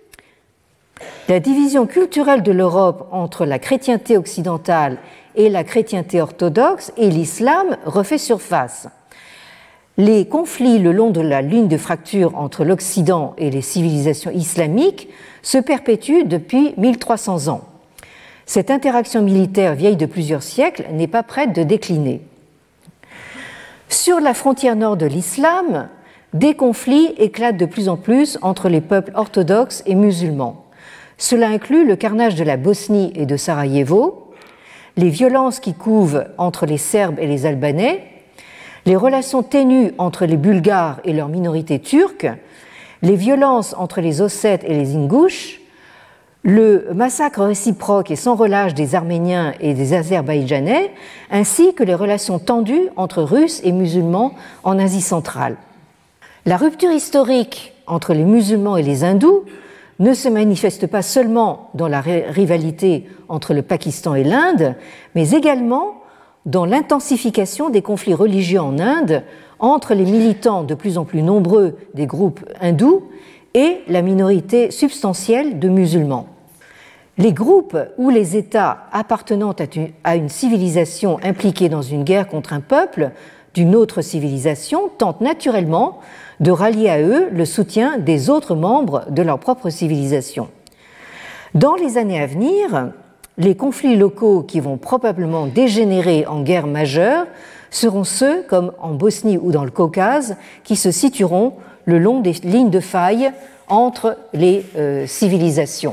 la division culturelle de l'Europe entre la chrétienté occidentale et la chrétienté orthodoxe et l'islam refait surface. Les conflits le long de la ligne de fracture entre l'Occident et les civilisations islamiques se perpétuent depuis mille trois cents ans. Cette interaction militaire vieille de plusieurs siècles n'est pas prête de décliner. Sur la frontière nord de l'islam, des conflits éclatent de plus en plus entre les peuples orthodoxes et musulmans. Cela inclut le carnage de la Bosnie et de Sarajevo, les violences qui couvent entre les Serbes et les Albanais, les relations ténues entre les Bulgares et leur minorité turque, les violences entre les Ossètes et les Ingouches, le massacre réciproque et sans relâche des Arméniens et des Azerbaïdjanais, ainsi que les relations tendues entre Russes et musulmans en Asie centrale. La rupture historique entre les musulmans et les hindous ne se manifeste pas seulement dans la rivalité entre le Pakistan et l'Inde, mais également dans l'intensification des conflits religieux en Inde entre les militants de plus en plus nombreux des groupes hindous et la minorité substantielle de musulmans. Les groupes ou les États appartenant à une civilisation impliquée dans une guerre contre un peuple d'une autre civilisation tentent naturellement de rallier à eux le soutien des autres membres de leur propre civilisation. Dans les années à venir, les conflits locaux qui vont probablement dégénérer en guerre majeure seront ceux, comme en Bosnie ou dans le Caucase, qui se situeront le long des lignes de faille entre les euh, civilisations.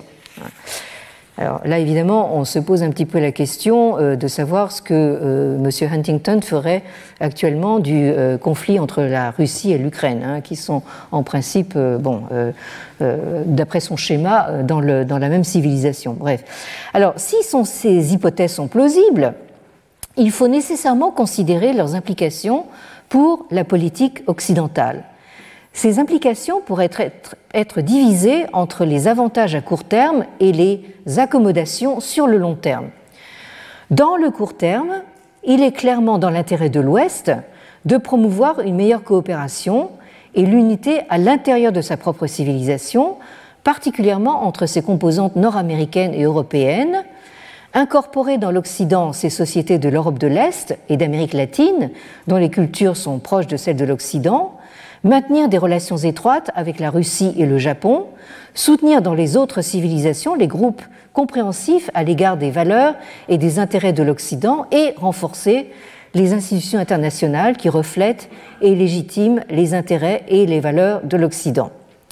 Alors là, évidemment, on se pose un petit peu la question euh, de savoir ce que euh, M. Huntington ferait actuellement du euh, conflit entre la Russie et l'Ukraine, hein, qui sont en principe, euh, bon, euh, euh, d'après son schéma, euh, dans, le, dans la même civilisation. Bref. Alors, si sont, ces hypothèses sont plausibles, il faut nécessairement considérer leurs implications pour la politique occidentale. Ces implications pourraient être, être divisées entre les avantages à court terme et les accommodations sur le long terme. Dans le court terme, il est clairement dans l'intérêt de l'Ouest de promouvoir une meilleure coopération et l'unité à l'intérieur de sa propre civilisation, particulièrement entre ses composantes nord-américaines et européennes, incorporer dans l'Occident ces sociétés de l'Europe de l'Est et d'Amérique latine, dont les cultures sont proches de celles de l'Occident, maintenir des relations étroites avec la Russie et le Japon, soutenir dans les autres civilisations les groupes compréhensifs à l'égard des valeurs et des intérêts de l'Occident et renforcer les institutions internationales qui reflètent et légitiment les intérêts et les valeurs de l'Occident.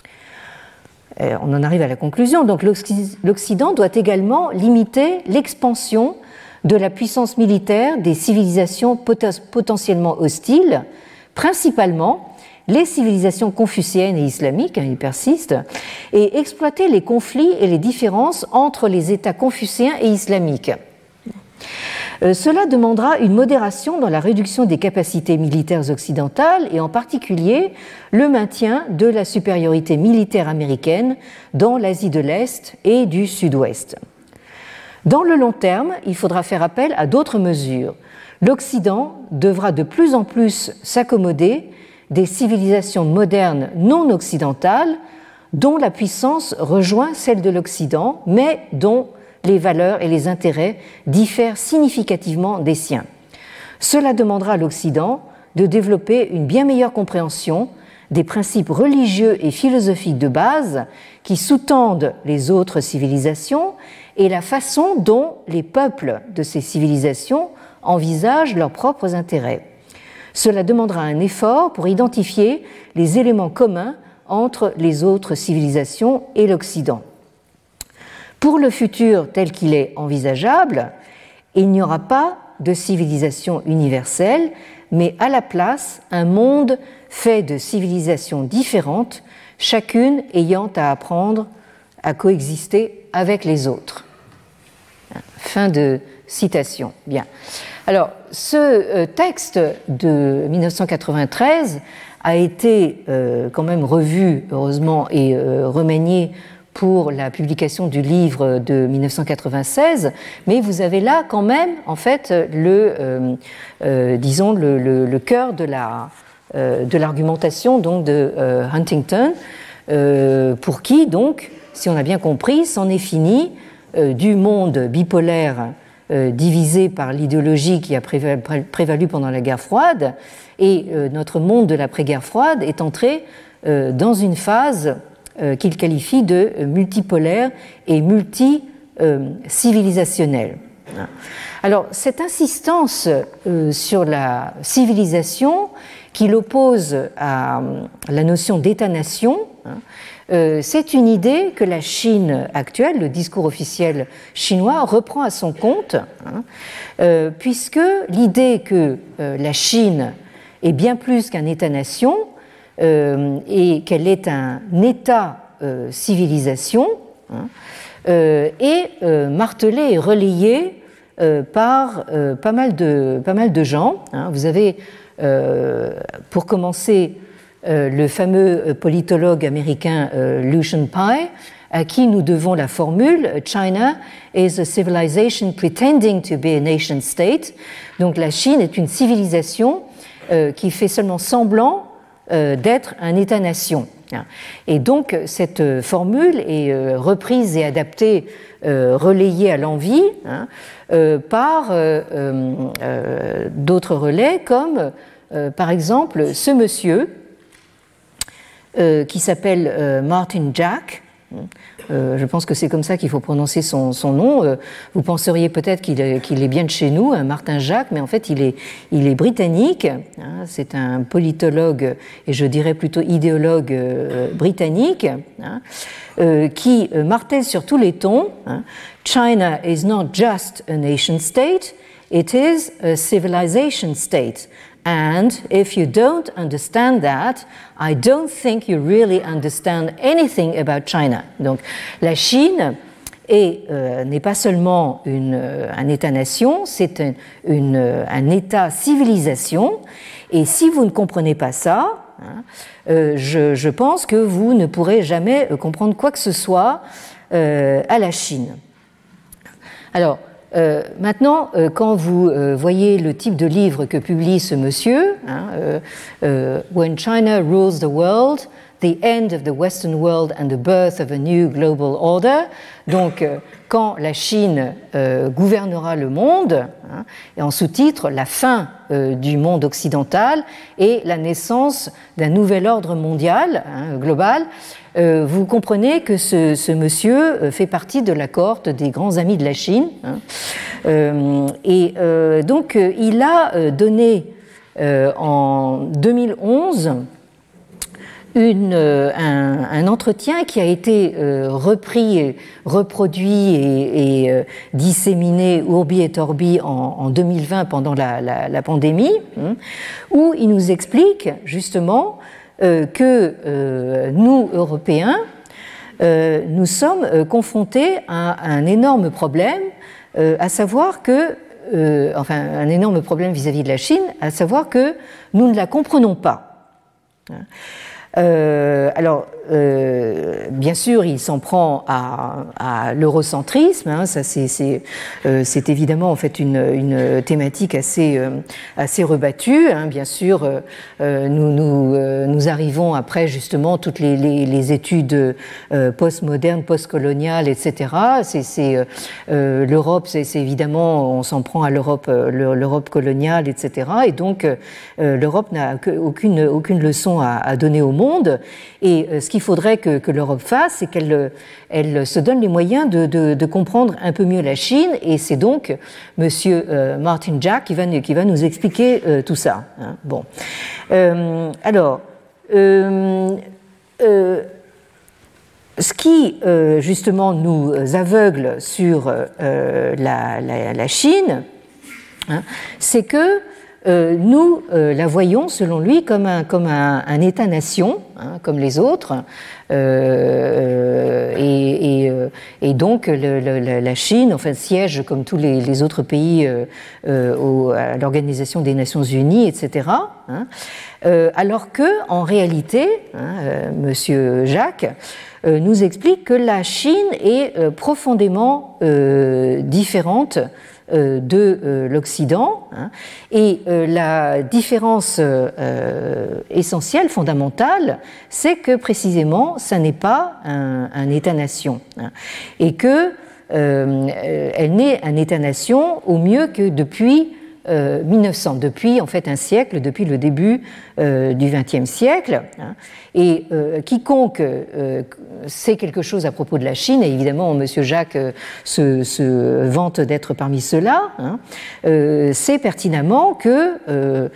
On en arrive à la conclusion. Donc l'Occident doit également limiter l'expansion de la puissance militaire des civilisations potentiellement hostiles, principalement les civilisations confucéennes et islamiques, hein, ils persistent, et exploiter les conflits et les différences entre les États confucéens et islamiques. Euh, cela demandera une modération dans la réduction des capacités militaires occidentales et en particulier le maintien de la supériorité militaire américaine dans l'Asie de l'Est et du Sud-Ouest. Dans le long terme, il faudra faire appel à d'autres mesures. L'Occident devra de plus en plus s'accommoder des civilisations modernes non occidentales dont la puissance rejoint celle de l'Occident, mais dont les valeurs et les intérêts diffèrent significativement des siens. Cela demandera à l'Occident de développer une bien meilleure compréhension des principes religieux et philosophiques de base qui sous-tendent les autres civilisations et la façon dont les peuples de ces civilisations envisagent leurs propres intérêts. Cela demandera un effort pour identifier les éléments communs entre les autres civilisations et l'Occident. Pour le futur tel qu'il est envisageable, il n'y aura pas de civilisation universelle, mais à la place un monde fait de civilisations différentes, chacune ayant à apprendre à coexister avec les autres. Fin de citation. Bien. Alors, ce texte de mille neuf cent quatre-vingt-treize a été euh, quand même revu, heureusement, et euh, remanié pour la publication du livre de mille neuf cent quatre-vingt-seize, mais vous avez là quand même, en fait, le, euh, euh, disons, le, le, le cœur de la, euh, de l'argumentation donc de euh, Huntington, euh, pour qui, donc, si on a bien compris, c'en est fini euh, du monde bipolaire euh, divisé par l'idéologie qui a prévalu, prévalu pendant la guerre froide, et euh, notre monde de l'après-guerre froide est entré euh, dans une phase qu'il qualifie de multipolaire et multi-civilisationnel. Alors, cette insistance sur la civilisation qu'il oppose à la notion d'État-nation, c'est une idée que la Chine actuelle, le discours officiel chinois, reprend à son compte, puisque l'idée que la Chine est bien plus qu'un État-nation, Euh, et qu'elle est un État-civilisation, euh, hein, euh, est euh, martelée et relayée euh, par euh, pas, mal de, pas mal de gens. Hein. Vous avez, euh, pour commencer, euh, le fameux politologue américain euh, Lucian Pye, à qui nous devons la formule « China is a civilization pretending to be a nation state ». Donc la Chine est une civilisation euh, qui fait seulement semblant d'être un État-nation. Et donc, cette formule est reprise et adaptée, relayée à l'envi hein, par euh, euh, d'autres relais, comme euh, par exemple ce monsieur euh, qui s'appelle euh, Martin Jack. Euh, je pense que c'est comme ça qu'il faut prononcer son, son nom. Euh, vous penseriez peut-être qu'il est, qu'il est bien de chez nous, hein, Martin Jacques, mais en fait il est, il est britannique. Hein, c'est un politologue et je dirais plutôt idéologue euh, britannique hein, euh, qui euh, martèle sur tous les tons. Hein, China is not just a nation state, it is a civilization state. And if you don't understand that, I don't think you really understand anything about China. Donc, la Chine est, euh, n'est pas seulement une, euh, un État-nation, c'est un, une, euh, un État-civilisation. Et si vous ne comprenez pas ça, hein, euh, je, je pense que vous ne pourrez jamais comprendre quoi que ce soit euh, à la Chine. Alors, Euh, maintenant, euh, quand vous euh, voyez le type de livre que publie ce monsieur, hein, euh, euh, When China Rules the World, The End of the Western World and the Birth of a New Global Order, donc euh, quand la Chine euh, gouvernera le monde, hein, et en sous-titre, la fin euh, du monde occidental et la naissance d'un nouvel ordre mondial, hein, global, Euh, vous comprenez que ce, ce monsieur fait partie de la cohorte des grands amis de la Chine. Hein. Euh, et euh, donc, euh, il a donné euh, en deux mille onze une, euh, un, un entretien qui a été euh, repris, et reproduit et, et euh, disséminé urbi et orbi en, en deux mille vingt pendant la, la, la pandémie, hein, où il nous explique justement euh, que euh, nous, Européens, euh, nous sommes euh, confrontés à, à un énorme problème, euh, à savoir que, euh, enfin, un énorme problème vis-à-vis de la Chine, à savoir que nous ne la comprenons pas. Euh, alors, euh, bien sûr, il s'en prend à, à l'eurocentrisme. Hein, ça, c'est, c'est, euh, c'est évidemment en fait une, une thématique assez, euh, assez rebattue. Hein, bien sûr, euh, nous, nous, euh, nous arrivons après justement toutes les, les, les études euh, post-modernes, post-coloniales, et cetera. C'est, c'est euh, l'Europe, c'est, c'est évidemment, on s'en prend à l'Europe, l'Europe coloniale, et cetera. Et donc, euh, l'Europe n'a aucune, aucune leçon à, à donner au monde. Et euh, ce qu'il faudrait que, que l'Europe fasse, c'est qu'elle elle se donne les moyens de, de, de comprendre un peu mieux la Chine, et c'est donc Monsieur euh, Martin Jack qui va, qui va nous expliquer euh, tout ça. Hein. Bon, euh, alors, euh, euh, ce qui euh, justement nous aveugle sur euh, la, la, la Chine, hein, c'est que Euh, nous euh, la voyons, selon lui, comme un, comme un, un État-nation, hein, comme les autres, euh, et, et, et donc le, le, la Chine, enfin, siège, comme tous les, les autres pays, euh, euh, au, à l'Organisation des Nations Unies, et cetera. Hein, euh, alors que, en réalité, hein, euh, Monsieur Jacques euh, nous explique que la Chine est euh, profondément euh, différente de l'Occident, hein, et la différence essentielle, fondamentale, c'est que précisément ça n'est pas un, un État-nation, hein, et que euh, elle n'est un État-nation au mieux que depuis Euh, mille neuf cents, depuis en fait un siècle, depuis le début euh, du vingtième siècle, hein, et euh, quiconque euh, sait quelque chose à propos de la Chine, et évidemment Monsieur Jacques euh, se, se vante d'être parmi ceux-là, hein, euh, sait pertinemment que euh,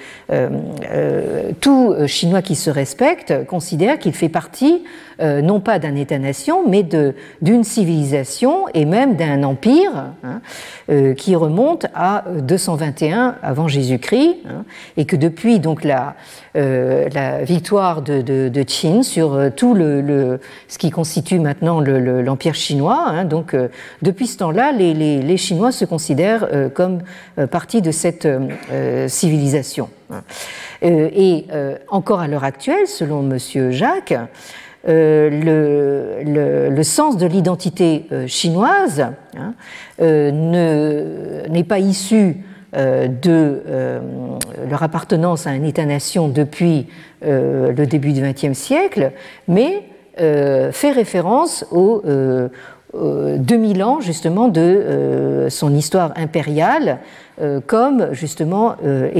euh, tout Chinois qui se respecte considère qu'il fait partie euh, non pas d'un État-nation, mais de, d'une civilisation et même d'un empire, hein, euh, qui remonte à deux cent vingt et un avant Jésus-Christ, hein, et que depuis donc la, euh, la victoire de, de, de Qin sur euh, tout le, le, ce qui constitue maintenant le, le, l'empire chinois, hein, donc euh, depuis ce temps-là, les, les, les Chinois se considèrent euh, comme euh, partie de cette euh, civilisation. Hein. Euh, et euh, encore à l'heure actuelle, selon Monsieur Jacques, Euh, le, le, le sens de l'identité euh, chinoise, hein, euh, ne, n'est pas issu euh, de euh, leur appartenance à un État-nation depuis euh, le début du vingtième siècle, mais euh, fait référence aux euh, deux mille ans justement de euh, son histoire impériale euh, comme justement euh,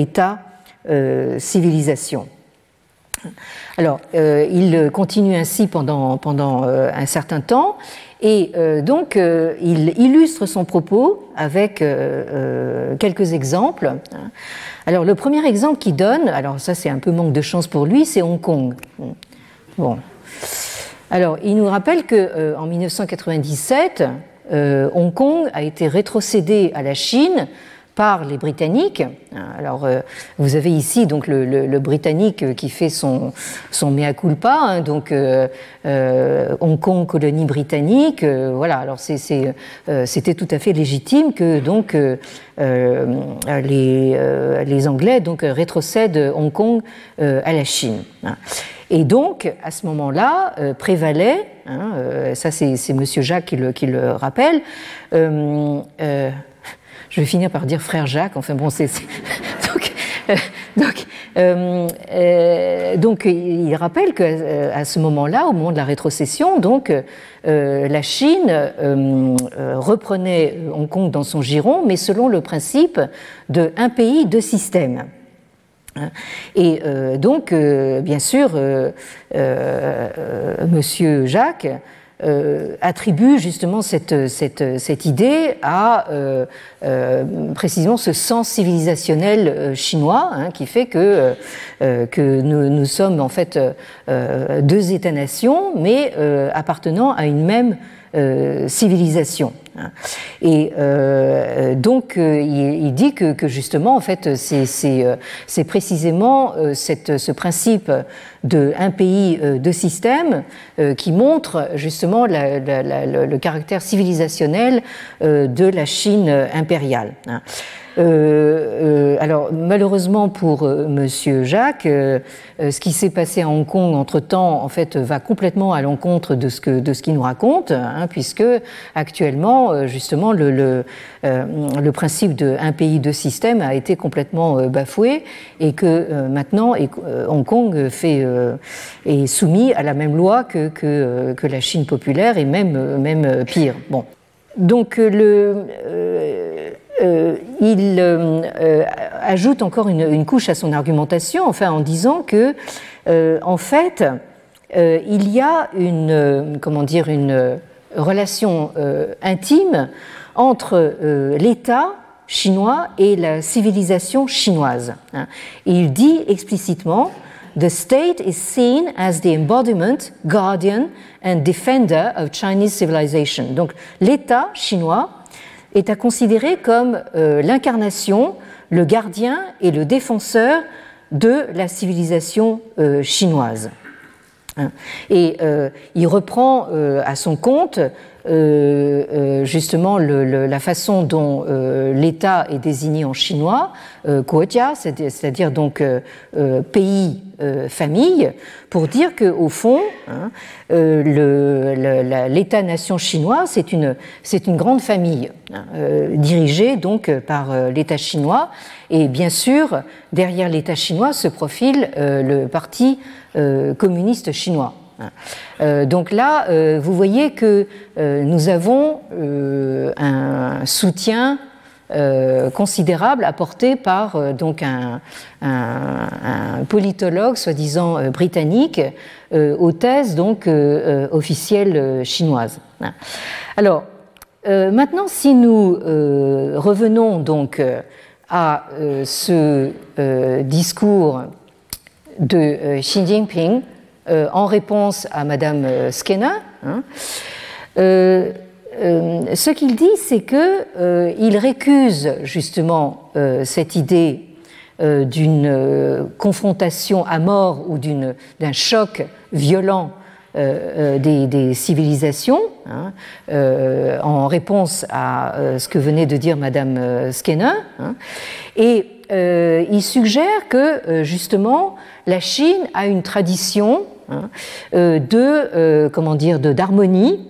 État-civilisation. Euh, Alors, euh, il continue ainsi pendant, pendant euh, un certain temps, et euh, donc euh, il illustre son propos avec euh, euh, quelques exemples. Alors, le premier exemple qu'il donne, alors ça c'est un peu manque de chance pour lui, c'est Hong Kong. Bon. Alors, il nous rappelle qu'en euh, mille neuf cent quatre-vingt-dix-sept, euh, Hong Kong a été rétrocédé à la Chine par les Britanniques. Alors, euh, vous avez ici donc le, le, le Britannique qui fait son, son mea culpa, hein, donc euh, euh, Hong Kong, colonie britannique. Euh, voilà. Alors, c'est, c'est, euh, c'était tout à fait légitime que donc euh, euh, les, euh, les Anglais donc rétrocèdent Hong Kong euh, à la Chine. Hein. Et donc, à ce moment-là, euh, prévalait, hein, euh, ça c'est, c'est Monsieur Jacques qui le, qui le rappelle. Euh, euh, Je vais finir par dire frère Jacques, enfin bon, c'est... c'est donc, euh, donc, euh, euh, donc, il rappelle qu'à à ce moment-là, au moment de la rétrocession, donc, euh, la Chine euh, reprenait Hong Kong dans son giron, mais selon le principe de un pays, deux systèmes. Et euh, donc, euh, bien sûr, euh, euh, Monsieur Jacques Euh, attribue justement cette, cette, cette idée à euh, euh, précisément ce sens civilisationnel euh, chinois, hein, qui fait que, euh, que nous, nous sommes en fait euh, deux États-nations, mais euh, appartenant à une même euh, civilisation. Et euh, donc, euh, il, il dit que, que justement, en fait, c'est, c'est, c'est précisément euh, cette, ce principe de un pays, euh, deux systèmes euh, qui montre justement la, la, la, le, le caractère civilisationnel euh, de la Chine impériale. Euh, euh, alors malheureusement pour euh, Monsieur Jacques, euh, euh, ce qui s'est passé à Hong Kong entre-temps, en fait, va complètement à l'encontre de ce que de ce qu'il nous raconte, hein, puisque actuellement, euh, justement, le le, euh, le principe de un pays deux systèmes a été complètement euh, bafoué et que euh, maintenant, et, euh, Hong Kong fait euh, est soumis à la même loi que que, euh, que la Chine populaire et même même pire. Bon, donc le euh, Euh, il euh, euh, ajoute encore une, une couche à son argumentation, enfin en disant que, euh, en fait, euh, il y a une, euh, comment dire, une relation euh, intime entre euh, l'État chinois et la civilisation chinoise. Hein. Il dit explicitement: The state is seen as the embodiment, guardian and defender of Chinese civilization. Donc, l'État chinois est à considérer comme euh, l'incarnation, le gardien et le défenseur de la civilisation euh, chinoise. Et euh, il reprend euh, à son compte euh, euh, justement le, le, la façon dont euh, l'État est désigné en chinois, euh, Guojia, c'est-à-dire donc euh, euh, pays, euh, famille, pour dire qu'au fond, hein, euh, le, le, l'État-nation chinois, c'est une, c'est une grande famille, hein, euh, dirigée donc par euh, l'État chinois. Et bien sûr, derrière l'État chinois se profile euh, le Parti euh, communiste chinois. Euh, donc là, euh, vous voyez que euh, nous avons euh, un soutien euh, considérable apporté par euh, donc un, un, un politologue soi-disant euh, britannique euh, aux thèses donc euh, euh, officielles euh, chinoises. Alors euh, maintenant, si nous euh, revenons donc euh, à euh, ce euh, discours de euh, Xi Jinping euh, en réponse à Madame euh, Skinner, hein, euh, euh, ce qu'il dit, c'est qu'il euh, récuse justement euh, cette idée euh, d'une euh, confrontation à mort ou d'une, d'un choc violent Euh, euh, des, des civilisations, hein, euh, en réponse à euh, ce que venait de dire Madame euh, Skinner, hein, et euh, il suggère que euh, justement la Chine a une tradition hein, euh, de euh, comment dire de d'harmonie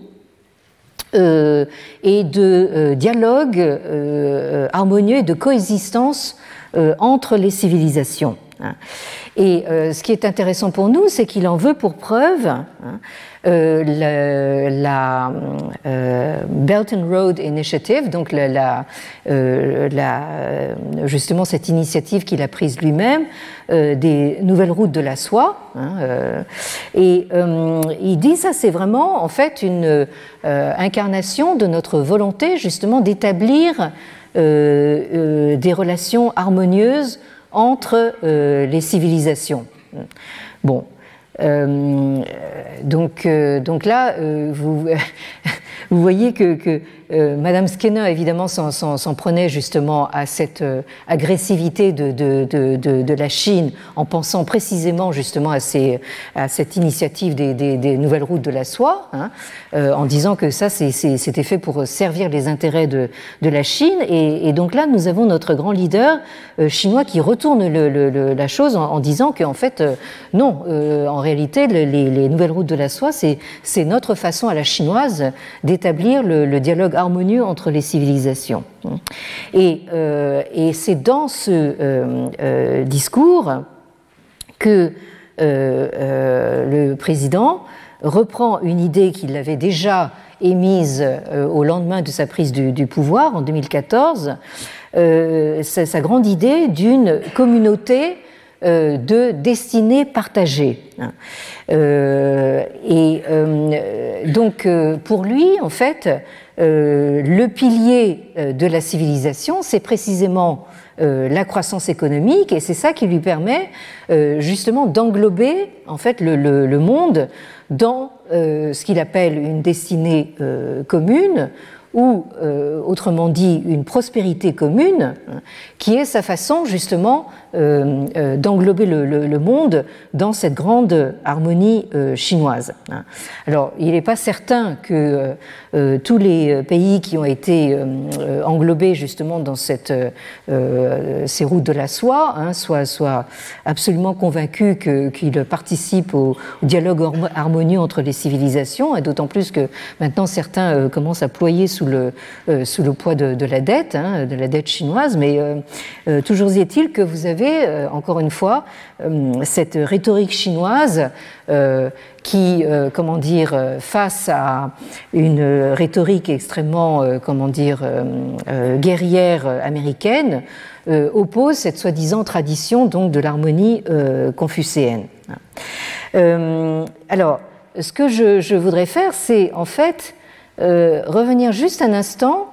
euh, et de euh, dialogue euh, harmonieux et de coexistence euh, entre les civilisations. Hein. Et euh, ce qui est intéressant pour nous, c'est qu'il en veut pour preuve hein, euh, la, la euh, Belt and Road Initiative, donc la, la, euh, la, justement cette initiative qu'il a prise lui-même euh, des nouvelles routes de la soie. Hein, euh, et euh, il dit ça, c'est vraiment en fait une euh, incarnation de notre volonté justement d'établir euh, euh, des relations harmonieuses entre euh, les civilisations. Bon, euh, donc, euh, donc là, euh, vous, vous voyez que, que euh, Madame Skinner, évidemment, s'en, s'en, s'en prenait justement à cette euh, agressivité de, de, de, de, de la Chine en pensant précisément justement à, ces, à cette initiative des, des, des nouvelles routes de la soie, hein, euh, en disant que ça, c'est, c'est, c'était fait pour servir les intérêts de, de la Chine. Et, et donc là, nous avons notre grand leader euh, chinois qui retourne le, le, le, la chose en, en disant qu'en fait, euh, non, euh, en réalité, le, les, les nouvelles routes de la soie, c'est, c'est notre façon à la chinoise d'établir le, le dialogue harmonieux entre les civilisations. Et, euh, et c'est dans ce euh, euh, discours que euh, euh, le président reprend une idée qu'il avait déjà émise euh, au lendemain de sa prise du, du pouvoir en deux mille quatorze, euh, sa, sa grande idée d'une communauté euh, de destinée partagée. Euh, et euh, donc euh, pour lui, en fait, euh, le pilier de la civilisation, c'est précisément euh, la croissance économique, et c'est ça qui lui permet euh, justement d'englober en fait le, le, le monde dans euh, ce qu'il appelle une destinée euh, commune, ou euh, autrement dit une prospérité commune, hein, qui est sa façon justement euh, euh, d'englober le, le, le monde dans cette grande harmonie euh, chinoise. Hein. Alors il n'est pas certain que euh, euh, tous les pays qui ont été euh, englobés justement dans cette, euh, ces routes de la soie hein, soient, soient absolument convaincus que, qu'ils participent au, au dialogue harmonieux entre les civilisations, et d'autant plus que maintenant certains euh, commencent à ployer sous le, euh, sous le poids de, de la dette, hein, de la dette chinoise, mais euh, euh, toujours est-il que vous avez, euh, encore une fois, euh, cette rhétorique chinoise euh, qui, euh, comment dire, face à une rhétorique extrêmement, euh, comment dire, euh, euh, guerrière américaine, euh, oppose cette soi-disant tradition donc de l'harmonie euh, confucéenne. Euh, alors, ce que je, je voudrais faire, c'est en fait Euh, revenir juste un instant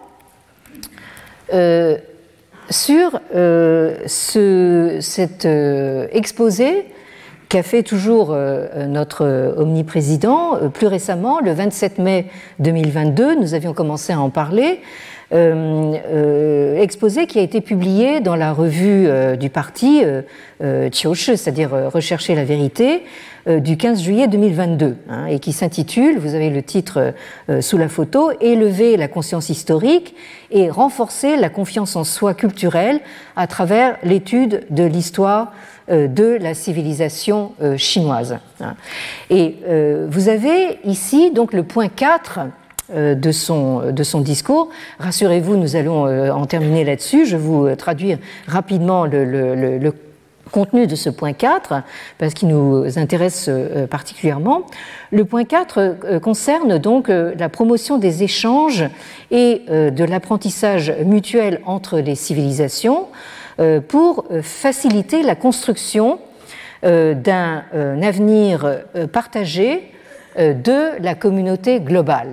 euh, sur euh, ce, cet euh, exposé qu'a fait toujours euh, notre omniprésident. Euh, plus récemment, le vingt-sept mai deux mille vingt-deux, nous avions commencé à en parler, euh, euh, exposé qui a été publié dans la revue euh, du parti euh, euh, Qiushi, c'est-à-dire euh, Rechercher la vérité, du quinze juillet deux mille vingt-deux, hein, et qui s'intitule, vous avez le titre euh, sous la photo, Élever la conscience historique et renforcer la confiance en soi culturelle à travers l'étude de l'histoire euh, de la civilisation euh, chinoise. Hein. Et euh, vous avez ici donc le point quatre euh, de son, de son discours. Rassurez-vous, nous allons euh, en terminer là-dessus. Je vais vous euh, traduire rapidement le, le, le, le contenu de ce point quatre, parce qu'il nous intéresse particulièrement. Le point quatre concerne donc la promotion des échanges et de l'apprentissage mutuel entre les civilisations pour faciliter la construction d'un avenir partagé de la communauté globale.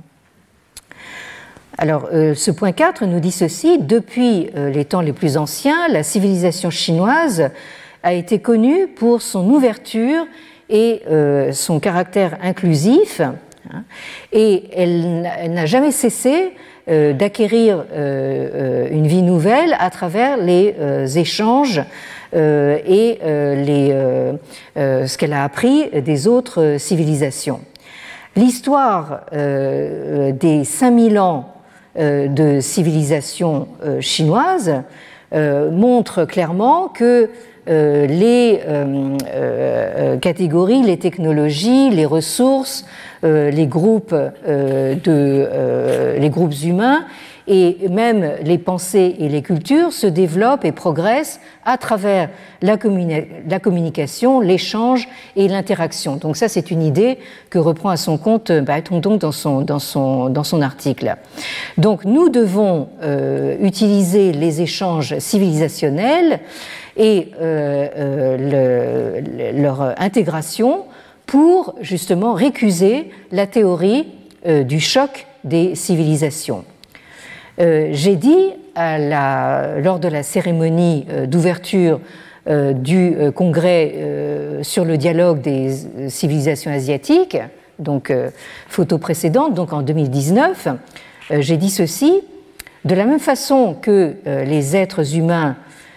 Alors, euh, ce point quatre nous dit ceci: depuis euh, les temps les plus anciens, la civilisation chinoise a été connue pour son ouverture et euh, son caractère inclusif, hein, et elle, elle n'a jamais cessé euh, d'acquérir euh, une vie nouvelle à travers les euh, échanges euh, et euh, les, euh, euh, ce qu'elle a appris des autres civilisations. L'histoire euh, des cinq mille ans de civilisation chinoise euh, montre clairement que euh, les euh, euh, catégories, les technologies, les ressources, euh, les groupes, euh, de, euh, les groupes humains et même les pensées et les cultures se développent et progressent à travers la, communi- la communication, l'échange et l'interaction. Donc ça, c'est une idée que reprend à son compte bah, Tongdong dans son, dans, son, dans son article. Donc nous devons euh, utiliser les échanges civilisationnels et euh, euh, le, leur intégration pour justement récuser la théorie euh, du choc des civilisations. Euh, j'ai dit à la, lors de la cérémonie euh, d'ouverture euh, du euh, congrès euh, sur le dialogue des euh, civilisations asiatiques, donc euh, photo précédente, donc en deux mille dix-neuf, euh, j'ai dit ceci: de la même façon que euh, les êtres humains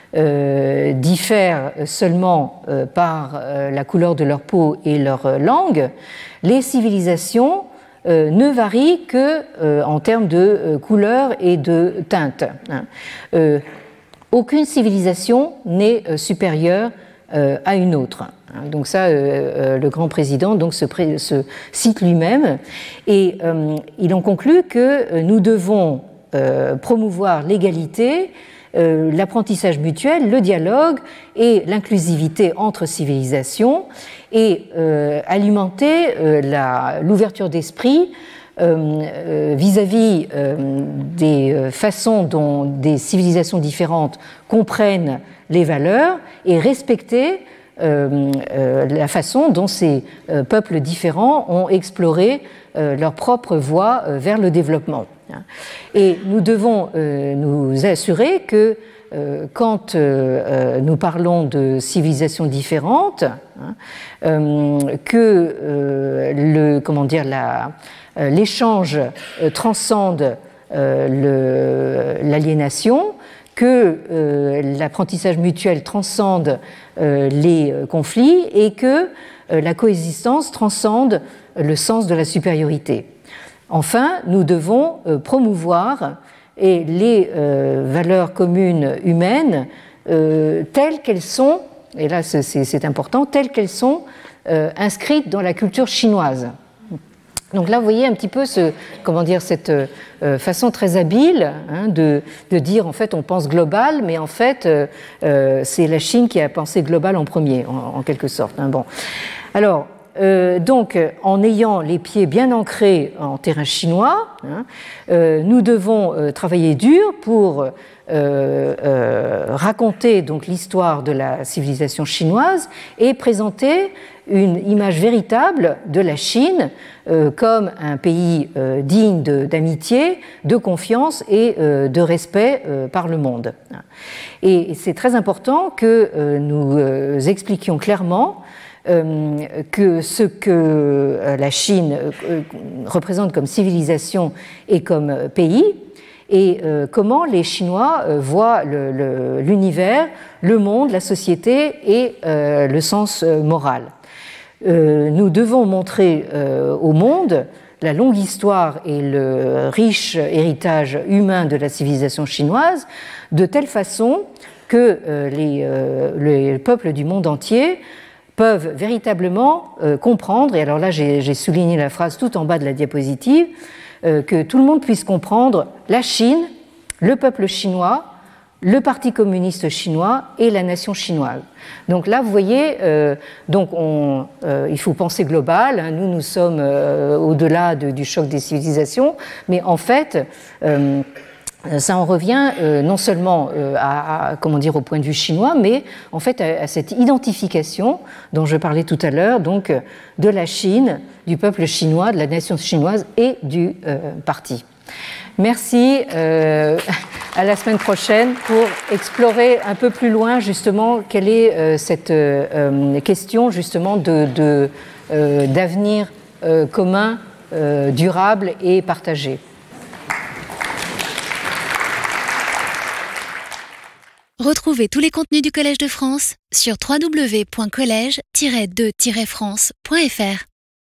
euh, diffèrent seulement euh, par euh, la couleur de leur peau et leur euh, langue, les civilisations Euh, ne varie que euh, en termes de euh, couleur et de teinte. Hein. Euh, aucune civilisation n'est euh, supérieure euh, à une autre. Hein. Donc ça, euh, euh, le grand président donc, se, pré- se cite lui-même, et euh, il en conclut que euh, nous devons euh, promouvoir l'égalité, Euh, l'apprentissage mutuel, le dialogue et l'inclusivité entre civilisations, et euh, alimenter euh, la, l'ouverture d'esprit euh, euh, vis-à-vis euh, des façons dont des civilisations différentes comprennent les valeurs et respecter euh, euh, la façon dont ces euh, peuples différents ont exploré euh, leur propre voie euh, vers le développement. Et nous devons euh, nous assurer que euh, quand euh, nous parlons de civilisations différentes, hein, euh, que euh, le, comment dire, la, euh, l'échange euh, transcende euh, le, l'aliénation, que euh, l'apprentissage mutuel transcende euh, les conflits et que euh, la coexistence transcende le sens de la supériorité. Enfin, nous devons euh, promouvoir et les euh, valeurs communes humaines euh, telles qu'elles sont, et là c'est, c'est important, telles qu'elles sont euh, inscrites dans la culture chinoise. Donc là, vous voyez un petit peu ce, comment dire, cette euh, façon très habile hein, de, de dire en fait on pense global, mais en fait euh, euh, c'est la Chine qui a pensé global en premier, en, en quelque sorte. Hein. Bon, alors euh, donc en ayant les pieds bien ancrés en terrain chinois, hein, euh, nous devons euh, travailler dur pour euh, euh, raconter donc l'histoire de la civilisation chinoise et présenter une image véritable de la Chine euh, comme un pays euh, digne de, d'amitié, de confiance et euh, de respect euh, par le monde. Et c'est très important que euh, nous euh, expliquions clairement euh, que ce que la Chine euh, représente comme civilisation et comme pays, et euh, comment les Chinois euh, voient le, le, l'univers, le monde, la société et euh, le sens euh, moral. Euh, nous devons montrer euh, au monde la longue histoire et le riche héritage humain de la civilisation chinoise de telle façon que euh, les, euh, les peuples du monde entier peuvent véritablement euh, comprendre, et alors là j'ai, j'ai souligné la phrase tout en bas de la diapositive, euh, que tout le monde puisse comprendre la Chine, le peuple chinois, le Parti communiste chinois et la nation chinoise. Donc là, vous voyez, euh, donc on, euh, il faut penser global. Hein, nous, nous sommes euh, au-delà de, du choc des civilisations, mais en fait, euh, ça en revient euh, non seulement euh, à, à, comment dire, au point de vue chinois, mais en fait à, à cette identification dont je parlais tout à l'heure, donc de la Chine, du peuple chinois, de la nation chinoise et du euh, parti. Merci, euh, à la semaine prochaine pour explorer un peu plus loin justement quelle est euh, cette euh, question justement de, de, euh, d'avenir euh, commun, euh, durable et partagé. Retrouvez tous les contenus du Collège de France sur w w w point collège tiret de tiret france point f r.